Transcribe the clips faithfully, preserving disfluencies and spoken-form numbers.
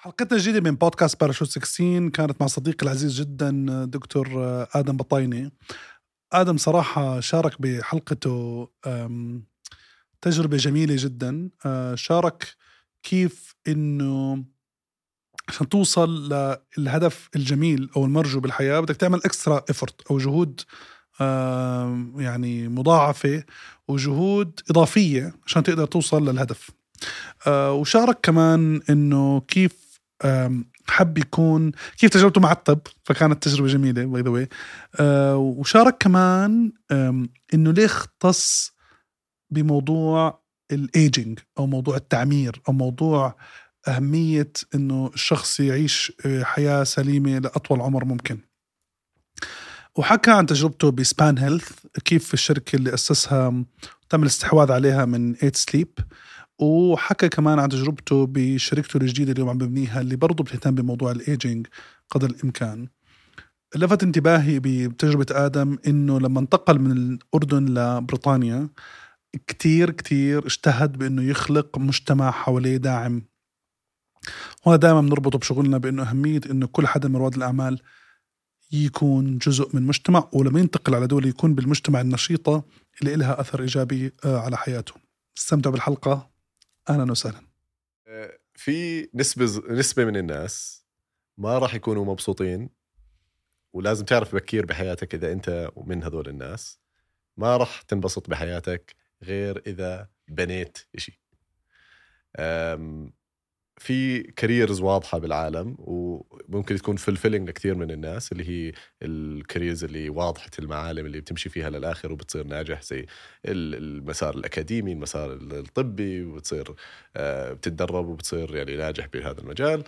حلقتنا الجديدة من بودكاست باراشوت ستة عشر كانت مع صديقي العزيز جدا دكتور آدم بطايني. آدم صراحة شارك بحلقته تجربة جميلة جدا. شارك كيف إنه عشان توصل للهدف الجميل أو المرجو بالحياة بدك تعمل إكسترا إفورت أو جهود يعني مضاعفة وجهود إضافية عشان تقدر توصل للهدف. وشارك كمان إنه كيف حب يكون كيف تجربته مع الطب، فكانت تجربة جميلة باي ذا واي. وشارك كمان إنه ليه اختص بموضوع الايجينج أو موضوع التعمير أو موضوع أهمية إنه الشخص يعيش حياة سليمة لأطول عمر ممكن. وحكى عن تجربته بسبان هيلث، كيف الشركة اللي أسسها تم الاستحواذ عليها من إيت سليب. وحكى كمان عن تجربته بشركته الجديدة اللي عم ببنيها اللي برضو بتهتم بموضوع الايجينج قدر الإمكان. لفت انتباهي بتجربة آدم إنه لما انتقل من الأردن لبريطانيا كتير كتير اجتهد بإنه يخلق مجتمع حواليه داعم. وهذا دائما بنربطه بشغلنا بإنه أهمية إنه كل حدا من رواد الأعمال يكون جزء من مجتمع، ولما ينتقل على دولة يكون بالمجتمع النشيطة اللي إلها أثر إيجابي على حياته. استمتعوا بالحلقة، أهلا وسهلا. في نسبة نسبة من الناس ما راح يكونوا مبسوطين، ولازم تعرف بكير بحياتك إذا أنت من هذول الناس ما راح تنبسط بحياتك غير إذا بنيت إشي. في كاريرز واضحة بالعالم وممكن تكون فلفيلينج لكثير من الناس، اللي هي الكاريرز اللي واضحة المعالم اللي بتمشي فيها للآخر وبتصير ناجح، زي المسار الأكاديمي، المسار الطبي، وبتصير بتتدرب وبتصير يعني ناجح بهذا المجال.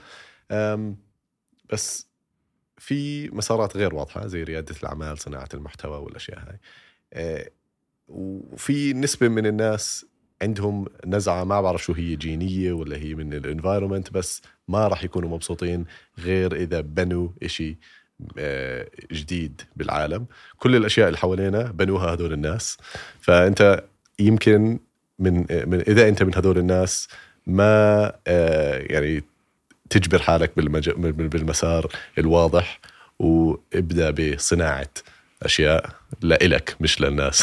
بس في مسارات غير واضحة زي ريادة الأعمال، صناعة المحتوى والأشياء هاي. وفي نسبة من الناس عندهم نزعة ما بعرف شو هي، جينية ولا هي من الانفايرومنت، بس ما راح يكونوا مبسوطين غير إذا بنوا إشي جديد بالعالم. كل الأشياء اللي حوالينا بنوها هذول الناس، فأنت يمكن من, من إذا أنت من هذول الناس ما يعني تجبر حالك بالمسار الواضح، وابدأ بصناعة أشياء لإلك مش للناس.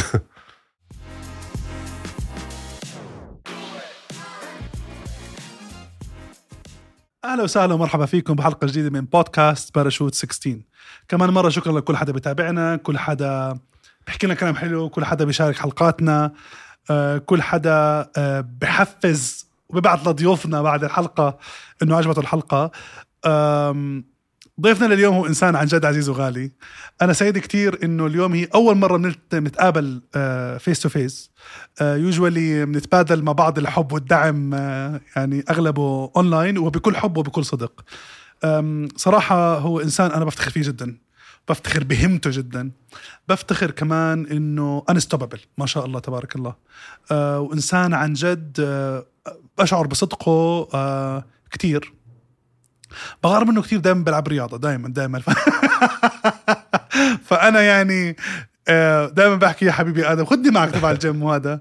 أهلا وسهلا ومرحبا فيكم بحلقة جديدة من بودكاست باراشوت ستة عشر. كمان مرة شكرا لكل حدا بيتابعنا، كل حدا بيحكي لنا كلام حلو، كل حدا بيشارك حلقاتنا، كل حدا بحفز وببعث لضيوفنا بعد الحلقة إنه عجبته الحلقة. ضيفنا لليوم هو إنسان عن جد عزيز وغالي. أنا سعيد كتير إنه اليوم هي أول مرة بنتقابل فيس تو فيس. يوجوالي بنتبادل مع بعض الحب والدعم، يعني أغلبه أونلاين وبكل حب وبكل صدق. صراحة هو إنسان أنا بفتخر فيه جدا، بفتخر بهمته جدا، بفتخر كمان إنه unstoppable ما شاء الله تبارك الله. وإنسان عن جد أشعر بصدقه كتير. بغار منه كتير، دائما بلعب رياضة دائما دائما ف... فأنا يعني دائما بحكي يا حبيبي آدم خدني معك تبع الجيم. وهذا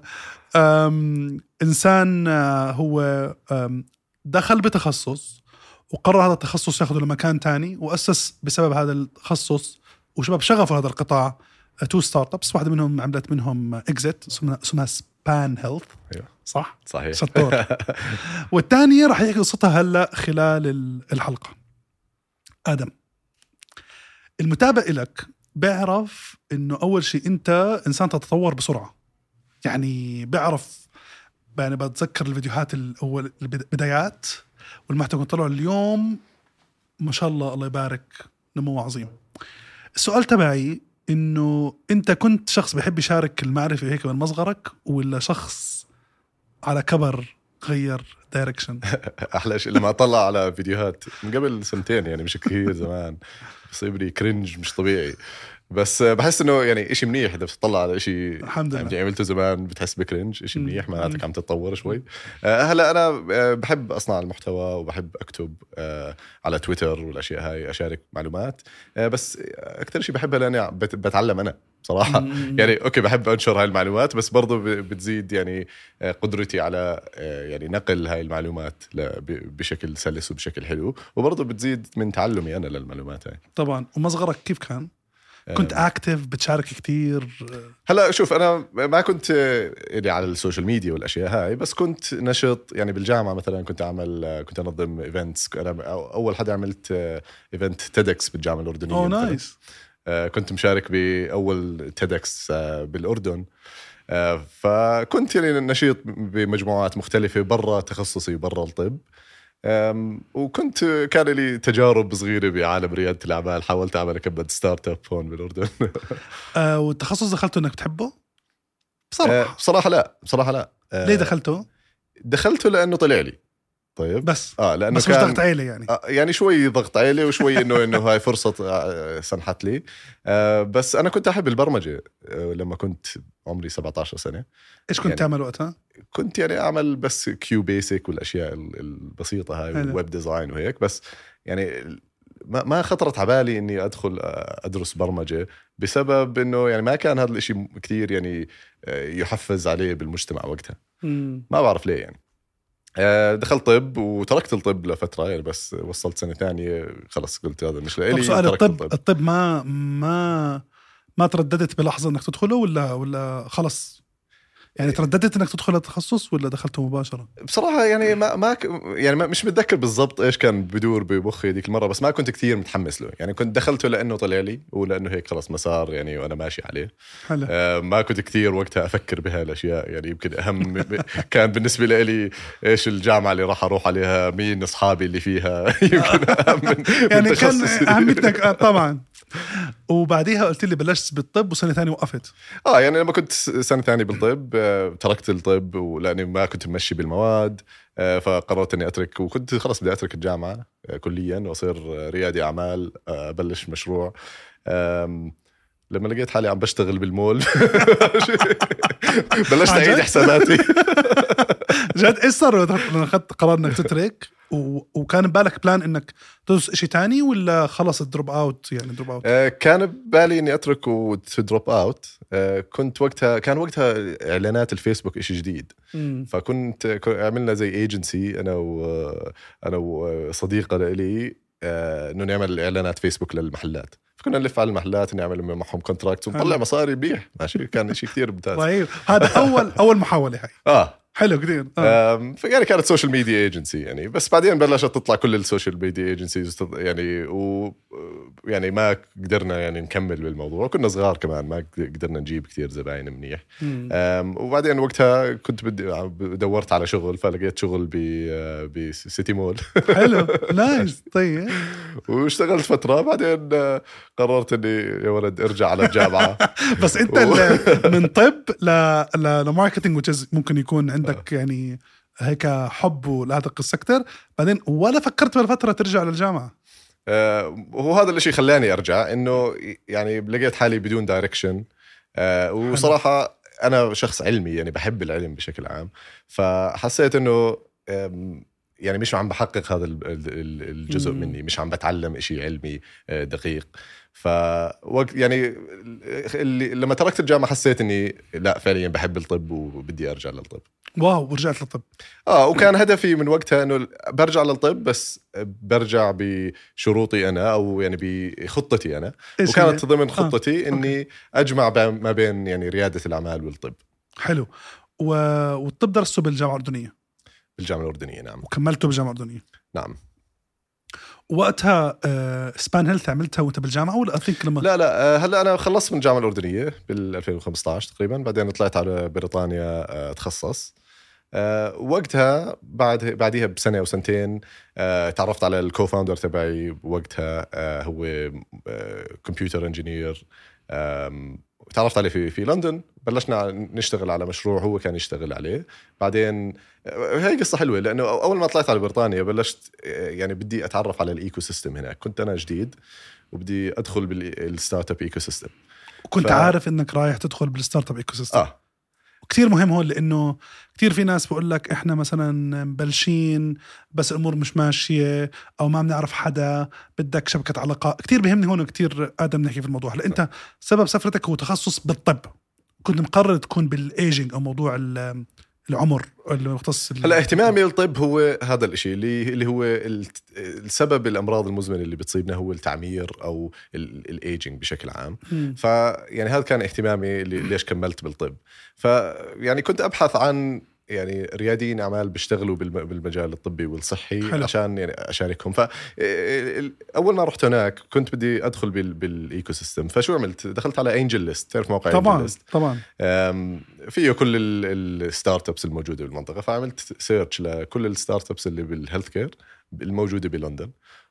إنسان هو دخل بتخصص وقرر هذا التخصص ياخده لمكان تاني، وأسس بسبب هذا التخصص وشباب شغفوا هذا القطاع تو ستارت ابس. واحدة منهم عملت منهم اكزيت اسمها سبان هيلث، صح؟ صحيح. شطور. والثانية راح يحكي قصتها هلا خلال الحلقة. آدم، المتابع لك بيعرف إنه أول شيء أنت إنسان تتطور بسرعة، يعني بيعرف. يعني بتذكر الفيديوهات الأول البدايات والمحتوى كنت طلعوا اليوم ما شاء الله الله يبارك، نمو عظيم. السؤال تبعي إنه أنت كنت شخص بيحب يشارك المعرفة هيك من مصغرك، ولا شخص على كبر غير دايركشن؟ أحلى شيء لما أطلع على فيديوهات من قبل سنتين، يعني مش كثير زمان، بصير لي كرنج مش طبيعي. بس بحس انه يعني إشي منيح اذا بتطلع على إشي الحمد لله يعني عملته زمان بتحس بكرنج إشي مم. منيح معناتك مم. عم تتطور شوي. آه، هلا انا آه، بحب اصنع المحتوى وبحب اكتب آه، على تويتر والاشياء هاي اشارك معلومات. آه، بس اكثر شيء بحبها لاني بت- بتعلم انا صراحه. مم. يعني اوكي بحب انشر هاي المعلومات بس برضو ب- بتزيد يعني آه، قدرتي على آه، يعني نقل هاي المعلومات ل- ب- بشكل سلس وبشكل حلو، وبرضو بتزيد من تعلمي انا للمعلومات هاي. طبعا. ومصغرك كيف كان؟ كنت اكتف بتشارك كتير؟ هلا شوف انا ما كنت يعني على السوشيال ميديا والاشياء هاي، بس كنت نشط يعني بالجامعه مثلا. كنت اعمل كنت انظم ايفنتس. انا اول حدا عملت ايفنت تيدكس بالجامعه الاردنيه. اوه نايس. كنت مشارك باول تيدكس بالاردن. فكنت يعني نشيط بمجموعات مختلفه برا تخصصي برا الطب. وكنت كان لي تجارب صغيرة بعالم ريادة الأعمال. حاولت أعمل كبد ستارت اب هون بالأردن. آه والتخصص دخلته إنك بتحبه؟ بصراحة آه بصراحة لا بصراحة لا. آه ليه دخلته؟ دخلته لأنه طلع لي. طيب بس آه لأنه بس مش كان ضغط عيلة يعني. آه يعني شوي ضغط عيلي وشوي إنه إنه هاي فرصة آه سنحت لي. آه بس أنا كنت أحب البرمجة آه لما كنت عمري سبعة عشر سنة. إيش كنت يعني تعمل وقتها؟ كنت يعني أعمل بس كيو بيسك والأشياء البسيطة هاي والويب ديزاين وهيك. بس يعني ما ما خطرت على بالي إني أدخل أدرس برمجة بسبب إنه يعني ما كان هذا الإشي كتير يعني يحفز عليه بالمجتمع وقتها. مم. ما بعرف ليه يعني. دخلت طب وتركت الطب لفترة يعني، بس وصلت سنة ثانية خلص قلت هذا مش لإلي. طب سؤال، الطب الطب. الطب ما ما ما ترددت بلحظة إنك تدخله ولا ولا خلص يعني ترددت إنك تدخل التخصص ولا دخلته مباشرة؟ بصراحة يعني ما ما يعني ما مش متذكر بالضبط إيش كان بدور بمخي ديك المرة، بس ما كنت كتير متحمس له. يعني كنت دخلته لأنه طلع لي ولأنه هيك خلاص مسار يعني وأنا ماشي عليه. حلو. آه ما كنت كتير وقتها أفكر بها الأشياء. يعني يمكن أهم كان بالنسبة لي إيش الجامعة اللي راح أروح عليها، مين أصحابي اللي فيها. يمكن أهم من يعني من كان تخصصي. أهميتك طبعا. وبعديها قلت لي بلشت بالطب وسنة ثانية وقفت. اه يعني لما كنت سنة ثانية بالطب آه تركت الطب ولاني ما كنت ماشي بالمواد. آه فقررت اني اترك، وكنت خلص بدي اترك الجامعة آه كليا واصير ريادي اعمال. آه ابلش مشروع. آه لما لقيت حالي عم بشتغل بالمول بلشت اعيد حساباتي. جد ايش صار لما اخذت قرار انك تترك؟ و... وكان ببالك بلان انك تدرس اشي تاني ولا خلص الدروب اوت يعني دروب اوت؟ آه كان ببالي اني اترك وتدروب اوت. آه كنت وقتها كان وقتها اعلانات الفيسبوك اشي جديد. مم. فكنت عملنا زي ايجنسي انا و انا وصديقه لي آه انه نعمل اعلانات فيسبوك للمحلات. فكنا نلف على المحلات نعمل معهم كونتراكت ونطلع مصاري بيح ماشي. كان شيء كتير ممتاز. طيب هذا اول اول محاوله هاي. اه حلو كتير. آه. يعني كانت سوشيال ميديا ايجنسي يعني، بس بعدين بلشت تطلع كل السوشيال ميديا ايجنسيز يعني، و يعني ما قدرنا يعني نكمل بالموضوع. كنا صغار كمان ما قدرنا نجيب كتير زباين منيح. وبعدين وقتها كنت بدي دورت على شغل، فلقيت شغل ب بسيتي مول. حلو نايس. طيب واشتغلت فترة، بعدين قررت اني يا ولد ارجع على الجامعة. بس انت من طب ل لماركتينج وتشز ممكن يكون عندك يعني هيك حب لهذا السكتر، بعدين ولا فكرت بالفترة ترجع للجامعة؟ آه هو هذا الاشي خلاني ارجع، انه يعني لقيت حالي بدون دايركشن. آه وصراحة انا شخص علمي يعني بحب العلم بشكل عام، فحسيت انه يعني مش عم بحقق هذا الجزء مم. مني، مش عم بتعلم إشي علمي دقيق. فوقت يعني اللي لما تركت الجامعة حسيت إني لا فعليا بحب الطب وبدي أرجع للطب. واو ورجعت للطب. آه وكان هدفي من وقتها إنه برجع للطب، بس برجع بشروطي أنا أو يعني بخطتي أنا. وكانت ضمن خطتي آه. إني أجمع ما بين يعني ريادة الأعمال والطب. حلو. و... والطب درسته بالجامعة الأردنية؟ بالجامعة الأردنية نعم. وكملته بالجامعة الأردنية؟ نعم. وقتها آه سبان هيلث عملتها وانت بالجامعة ولا أثينك لما؟ لا لا آه هلا أنا خلصت من الجامعة الأردنية بال ألفين وخمسة عشر تقريبا، بعدين طلعت على بريطانيا آه تخصص. آه وقتها بعد بعديها بسنة أو سنتين آه تعرفت على الكوفاوندر تبعي وقتها. آه هو آه كمبيوتر انجينير. آه تعرفت عليه في في لندن. بلشنا نشتغل على مشروع هو كان يشتغل عليه. بعدين هي قصة حلوة لأنه أول ما طلعت على بريطانيا بلشت يعني بدي أتعرف على الإيكو سيستم هناك. كنت أنا جديد وبدي أدخل بالستارت اب إيكو سيستم. وكنت ف... عارف إنك رايح تدخل بالستارت اب إيكو سيستم. آه. كتير مهم هون لأنه كتير في ناس بقول لك إحنا مثلا مبلشين بس الأمور مش ماشية أو ما بنعرف حدا، بدك شبكة علاقات. كتير بيهمني هون كتير آدم نحكي في الموضوع. هلا أنت سبب سفرتك هو تخصص بالطب، كنت مقرر تكون بالإيجينج أو موضوع العمر اللي مختص. هلا اهتمامي الطب هو هذا الاشي اللي اللي هو السبب الامراض المزمنه اللي بتصيبنا هو التعمير او الايجينج بشكل عام. فيعني هذا كان اهتمامي ليش كملت بالطب. فيعني كنت ابحث عن يعني رياديين اعمال بيشتغلوا بالمجال الطبي والصحي حلو. عشان يعني اشاركهم. فاول ما رحت هناك كنت بدي ادخل بالايكو سيستم. فشو عملت؟ دخلت على انجل ليست. تعرف موقع طبعا ليست؟ طبعا فيه كل الستارت ابس الموجوده بالمنطقه. فعملت سيرش لكل الستارت ابس اللي بالهيلث كير الموجوده بلندن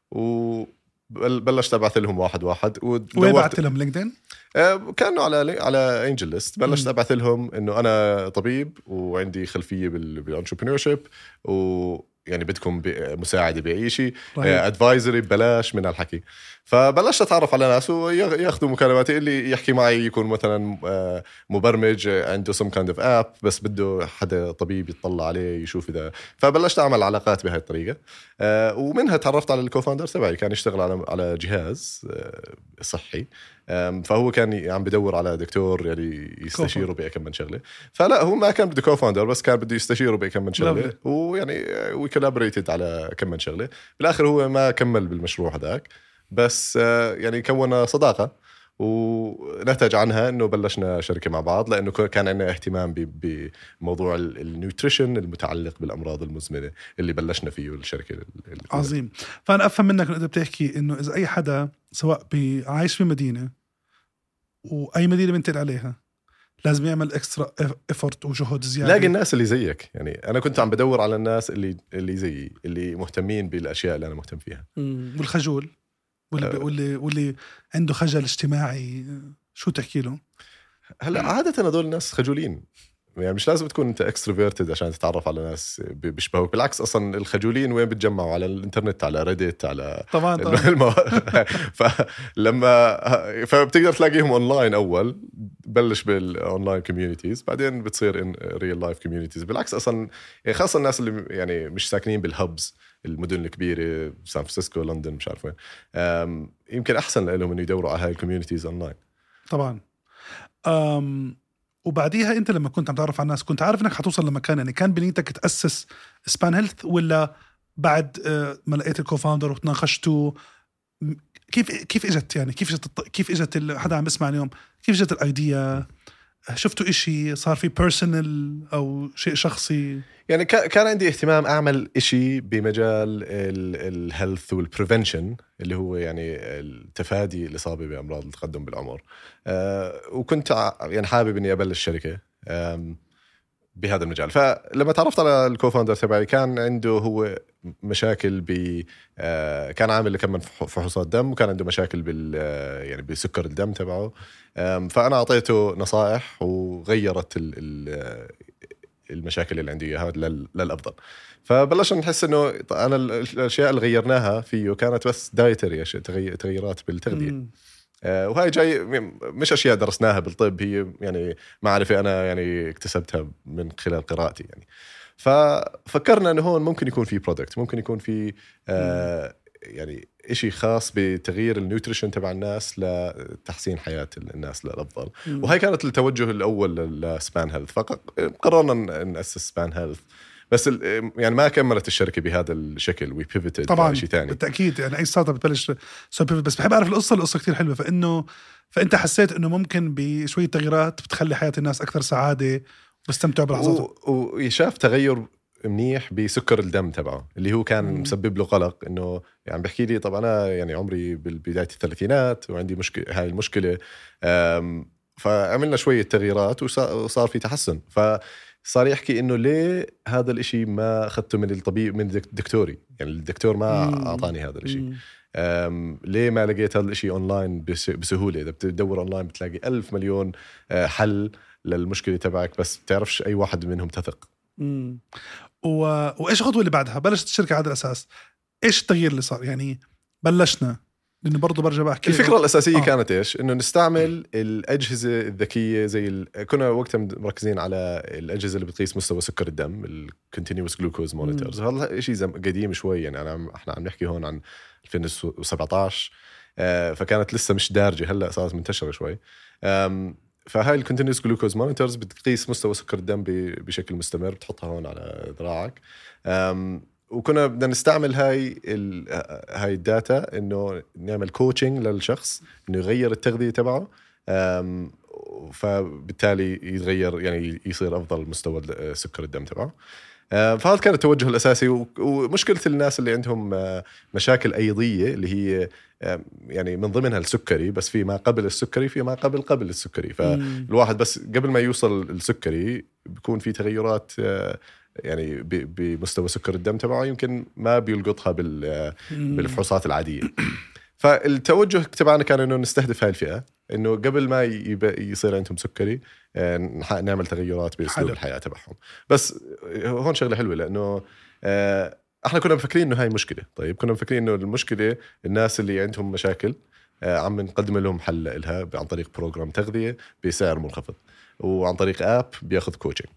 وبلشت ابعث لهم واحد واحد. وبعثت لهم لينكدين كانوا على على انجل ليست. بلشت ابعث لهم انه انا طبيب وعندي خلفيه بالانتربرينورشيب ويعني بدكم مساعده باي شيء ادفايزري ببلاش من الحكي. فبلشت اتعرف على ناس وياخذوا مكالماتي. اللي يحكي معي يكون مثلا مبرمج عنده some kind of app بس بده حدا طبيب يطلع عليه يشوف اذا. فبلشت اعمل علاقات بهاي الطريقه ومنها تعرفت على الكوفاوندر تبعي. كان يشتغل على على جهاز صحي. فهو كان عم بدور على دكتور يعني يستشيره بكم من شغله. فلا هو ما كان بده كوفاوندر بس كان بده يستشيره بكم من شغله. ويعني وي كولابوريتد على كم من شغله. بالاخر هو ما كمل بالمشروع هذاك بس يعني كونا صداقه ونتج عنها انه بلشنا شركه مع بعض لانه كان عندنا اهتمام بموضوع النيوتريشن المتعلق بالامراض المزمنه اللي بلشنا فيه الشركه. عظيم. فانا افهم منك انه بتحكي انه اذا اي حدا سواء عايش في مدينه واي مدينه بنتقل عليها لازم يعمل اكسترا افورت وجهد زياده. لاقي الناس اللي زيك. يعني انا كنت عم بدور على الناس اللي اللي زيي اللي مهتمين بالاشياء اللي انا مهتم فيها. والخجول واللي, واللي واللي عنده خجل اجتماعي شو تحكي له؟ هلا عاده هذول الناس خجولين. يعني مش لازم تكون انت اكستروفيرتد عشان تتعرف على ناس بيشبهوك. بالعكس اصلا الخجولين وين بتجمعوا؟ على الانترنت، على ريديت، على طبعا, طبعاً. المو... فلما فبتقدر تلاقيهم اونلاين. اول بلش بالاونلاين كوميونيتيز بعدين بتصير ان ريل لايف كوميونيتيز. بالعكس اصلا يعني خاصه الناس اللي يعني مش ساكنين بالهبز المدن الكبيره سان فرانسيسكو لندن مش عارف وين يمكن احسن لهم انه يدوروا على هاي الكوميونيتيز اونلاين. طبعا. أم... وبعديها انت لما كنت عم تعرف على الناس كنت عارف انك حتوصل لمكان يعني كان بنيتك تأسس سبان هيلث ولا بعد ما لقيت الكوفاوندر وتناقشتوا كيف كيف اجت يعني كيف اجت كيف اجت حدا عم يسمع اليوم كيف اجت الايديا؟ شفتوا إشي صار في بيرسونال او شيء شخصي؟ يعني كان عندي اهتمام اعمل إشي بمجال الهيلث والبريفنشن اللي هو يعني التفادي الإصابة بأمراض التقدم بالعمر. أه وكنت يعني حابب اني ابلش شركة بهذا المجال. فلما تعرفت على الكوفاوندر تبعي كان عنده هو مشاكل ب أه كان عامل كمان فحوصات دم وكان عنده مشاكل بال يعني بسكر الدم تبعه. فانا اعطيته نصائح وغيرت ال ال المشاكل اللي عندي اياها للافضل. فبلشنا نحس انه انا الاشياء اللي غيرناها فيه كانت بس دايتري تغييرات بالتغذيه. آه وهاي جاي مش اشياء درسناها بالطب، هي يعني معرفه انا يعني اكتسبتها من خلال قراءتي يعني. ففكرنا انه هون ممكن يكون في برودكت، ممكن يكون في آه يعني إشي خاص بتغيير النيوتريشن تبع الناس لتحسين حياة الناس للأفضل. مم. وهي كانت التوجه الأول لسبان هيلث. فقررنا نأسس سبان هيلث بس يعني ما كملت الشركة بهذا الشكل وي بيفيتد طبعا شيء ثاني. بالتأكيد يعني أي ستارت اب بتبلش بس بحب أعرف القصة القصة كتير حلوة. فإنه فأنت حسيت إنه ممكن بشوية تغييرات بتخلي حياة الناس أكثر سعادة وبستمتعوا بلحظاتهم. ويشاف تغير منيح بسكر الدم تبعه اللي هو كان مم. مسبب له قلق. انه يعني بحكي لي طبعا انا يعني عمري بالبدايه الثلاثينات وعندي مشكله هاي المشكله. فعملنا شويه تغييرات وصار في تحسن. فصار يحكي انه ليه هذا الاشي ما اخذته من الطبيب من دكتوري، يعني الدكتور ما مم. اعطاني هذا الاشي. ليه ما لقيت هذا الشيء أونلاين بسهولة؟ إذا بتدور أونلاين بتلاقي ألف مليون حل للمشكلة تبعك، بس بتعرفش أي واحد منهم تثق. امم و... وإيش الخطوة اللي بعدها؟ بلشت الشركة على هذا الأساس، إيش التغيير اللي صار؟ يعني بلشنا، لأنه برضو برجع بحكي الفكرة الأساسية آه. كانت إيش؟ إنه نستعمل الأجهزة الذكية زي ال... كنا وقتها مركزين على الأجهزة اللي بتقيس مستوى سكر الدم، ال continuous glucose monitors. هذا شيء قديم شوي، يعني أنا عم... إحنا عم نحكي هون عن ألفين وسبعطعش، آه فكانت لسه مش دارجة، هلأ صارت منتشرة شوي. آم... فهاي ال continuous glucose monitors بتقيس مستوى سكر الدم ب... بشكل مستمر، بتحطها هون على ذراعك. آم... وكنا بدنا نستعمل هاي ال هاي الداتا انه نعمل كوتشنج للشخص انه يغير التغذيه تبعه، فبالتالي يتغير، يعني يصير افضل مستوى سكر الدم تبعه. فهذا كان التوجه الاساسي. ومشكله الناس اللي عندهم مشاكل ايضيه اللي هي يعني من ضمنها السكري، بس في ما قبل السكري في ما قبل قبل السكري. فالواحد بس قبل ما يوصل السكري بيكون في تغيرات يعني بمستوى سكر الدم تبعه يمكن ما بيلقطها بالفحوصات العادية. فالتوجه تبعنا كان إنه نستهدف هاي الفئة، إنه قبل ما يصير عندهم سكري نعمل تغيرات بأسلوب الحياة تبعهم. بس هون شغلة حلوة، لأنه احنا كنا مفكرين إنه هاي مشكلة. طيب كنا مفكرين إنه المشكلة الناس اللي عندهم مشاكل عم نقدم لهم حل لها عن طريق بروجرام تغذية بسعر منخفض، وعن طريق آب بياخذ كوتشنج.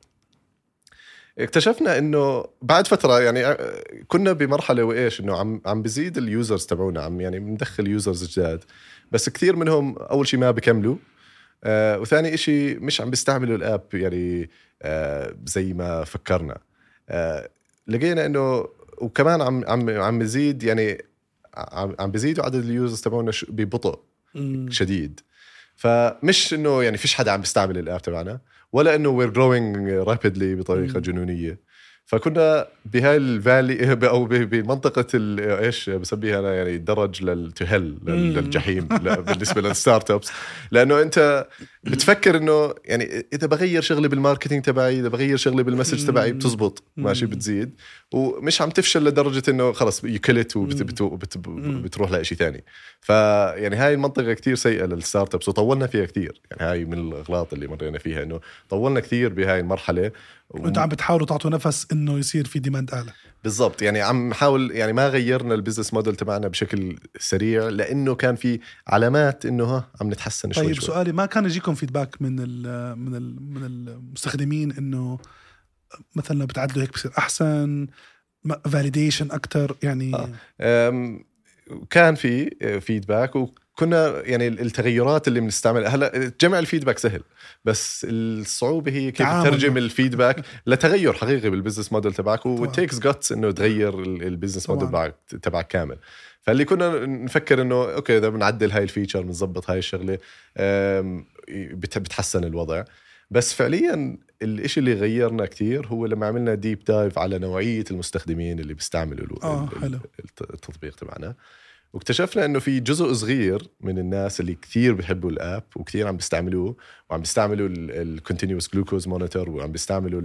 اكتشفنا انه بعد فتره يعني كنا بمرحله وايش انه عم عم بزيد اليوزرز تبعونا، عم يعني بندخل يوزرز جداد، بس كثير منهم اول شيء ما بيكملوا، آه وثاني إشي مش عم بيستعملوا الاب يعني آه زي ما فكرنا. آه لقينا انه وكمان عم عم عم بزيد يعني عم عم بزيدوا عدد اليوزرز تبعونا ببطء شديد. فمش انه يعني فيش حدا عم بيستعمل الاب تبعنا، ولا انه we're growing rapidly بطريقه جنونيه. فكنا بهاي الفالي او بمنطقه ايش بسميها انا يعني الدرج للتهل للجحيم بالنسبه للستارت ابس، لانه انت بتفكر انه يعني اذا بغير شغلي بالماركتينج تبعي، اذا بغير شغلي بالمسج تبعي بتزبط ماشي بتزيد، ومش عم تفشل لدرجه انه خلص يكلت وبتروح لشيء ثاني. فيعني هاي المنطقه كتير سيئه للستارت ابس، وطولنا فيها كتير. يعني هاي من الاغلاط اللي مرينا فيها، انه طولنا كتير بهاي المرحله، وانتوا عم بتحاولوا تعطوا نفس انه يصير في ديماند اعلى. بالضبط، يعني عم نحاول، يعني ما غيرنا البيزنس موديل تبعنا بشكل سريع، لانه كان في علامات انه ها عم نتحسن شوي. طيب شوي. سؤالي، ما كان يجيكم فيدباك من ال من ال من المستخدمين انه مثلا بتعدلوا هيك بصير احسن، فاليديشن اكتر يعني؟ آه. كان في فيدباك، وكنا يعني التغيرات اللي بنستعمل هلا جمع الفيدباك سهل، بس الصعوبة هي كيف تترجم الفيدباك لتغير حقيقي بالبيزنس موديل تبعك، وتيكس جاتس انه تغير البيزنس موديل تبعك كامل. فاللي كنا نفكر انه اوكي اذا بنعدل هاي الفيتشر بنظبط هاي الشغله بتحسن الوضع. بس فعليا الاشي اللي غيرنا كتير هو لما عملنا ديب دايف على نوعية المستخدمين اللي بيستعملوا آه التطبيق تبعنا، واكتشفنا انه في جزء صغير من الناس اللي كثير بيحبوا الاب وكثير عم بيستعملوه، وعم بيستعملوا الكونتينيوس جلوكوز مونيتور، وعم بيستعملوا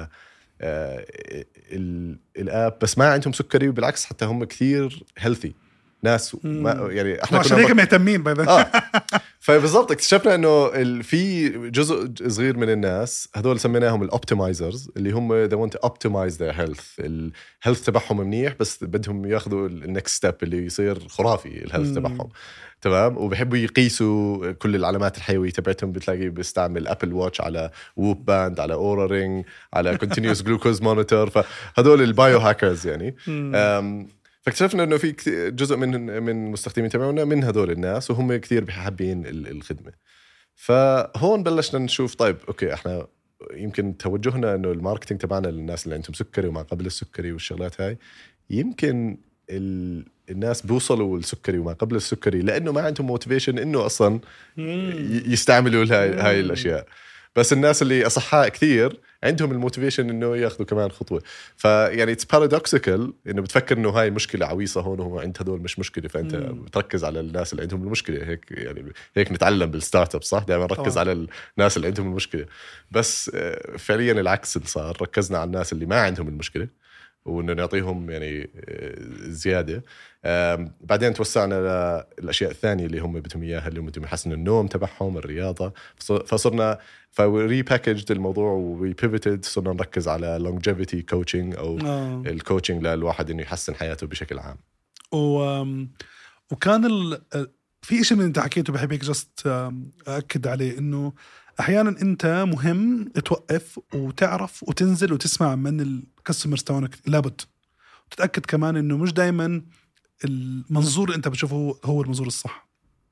الاب بس ما عندهم سكري، وبالعكس حتى هم كثير هيلثي ناس. ما يعني احنا كنا هيك مهتمين بهذا. اه فبالضبط اكتشفنا انه في جزء صغير من الناس هذول سميناهم الاوبتمايزرز، اللي هم they want to optimize their health. الهيلث تبعهم منيح بس بدهم ياخذوا النكست ستيب اللي يصير خرافي الهيلث تبعهم، تمام. وبحبوا يقيسوا كل العلامات الحيوية تبعتهم. بتلاقي بيستعمل ابل واتش على ووب باند على اورا رينج على continuous glucose monitor. فهذول البايو هاكرز يعني. فاكتشفنا انه في جزء من من مستخدمين تبعونا من هذول الناس، وهم كثير بحابين الخدمه. فهون بلشنا نشوف طيب اوكي احنا يمكن توجهنا انه الماركتينج تبعنا للناس اللي عندهم سكري وما قبل السكري والشغلات هاي، يمكن الناس بيوصلوا السكري وما قبل السكري لانه ما عندهم موتيفيشن انه اصلا يستعملوا هاي هاي الاشياء. بس الناس اللي أصحاء كثير عندهم الموتيفيشن إنه ياخذوا كمان خطوة. فيعني it's paradoxical إنه بتفكر إنه هاي مشكلة عويصة هون وهو عند هدول مش مشكلة، فأنت بتركز على الناس اللي عندهم المشكلة. هيك يعني هيك نتعلم بالستارت اب صح، دائما نركز على الناس اللي عندهم المشكلة. بس فعليا العكس اللي صار، ركزنا على الناس اللي ما عندهم المشكلة وإنه نعطيهم يعني زيادة. بعدين توسعنا للأشياء الثانية اللي هم بدهم إياها، اللي هم بدهم يحسنوا النوم تبعهم، الرياضة. فصرنا فريباكجد الموضوع وريبيفتد، صرنا نركز على longevity coaching أو آه. الكوتشنج للواحد إنه يحسن حياته بشكل عام. و... وكان ال... في إشي من أنت حكيته بحب هيك جست أأكد عليه، إنه أحيانا أنت مهم توقف وتعرف وتنزل وتسمع من الكاستمرز تاعونك، لابد تتأكد كمان إنه مش دايما المنظور اللي أنت بتشوفه هو المنظور الصح.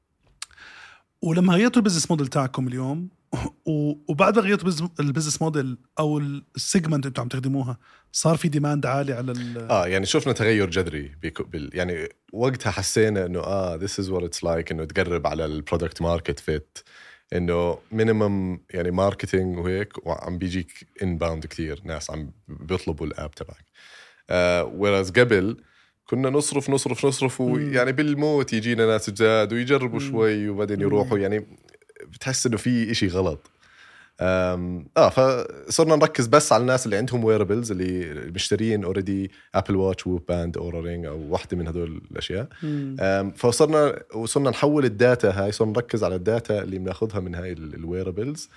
ولما غيرتوا البيزنس موديل تاعكم اليوم وبعد ما غيرتوا البيزنس موديل أو السيجمنت أنتوا عم تخدموها، صار في ديماند عالي على ال آه يعني شفنا تغير جذري بال يعني وقتها حسينا إنه آه this is what it's like، إنه تقرب على البرودكت ماركت فيت، إنه مينيمم يعني ماركتينج وهيك، وعم بيجيك inbound كتير ناس عم بيطلبوا الاب تبعك. آه whereas قبل كنا نصرف نصرف نصرف ويعني بالموت يجينا ناس جداد ويجربوا شوي وبعدين يروحوا، يعني بتحس إنه في إشي غلط. آه فصرنا نركز بس على الناس اللي عندهم ويربلز، اللي مشترين اوريدي ابل واتش وباند او رينج او واحدة من هدول الاشياء. فصرنا وصرنا نحول الداتا هاي، صرنا نركز على الداتا اللي بناخذها من هاي الويربلز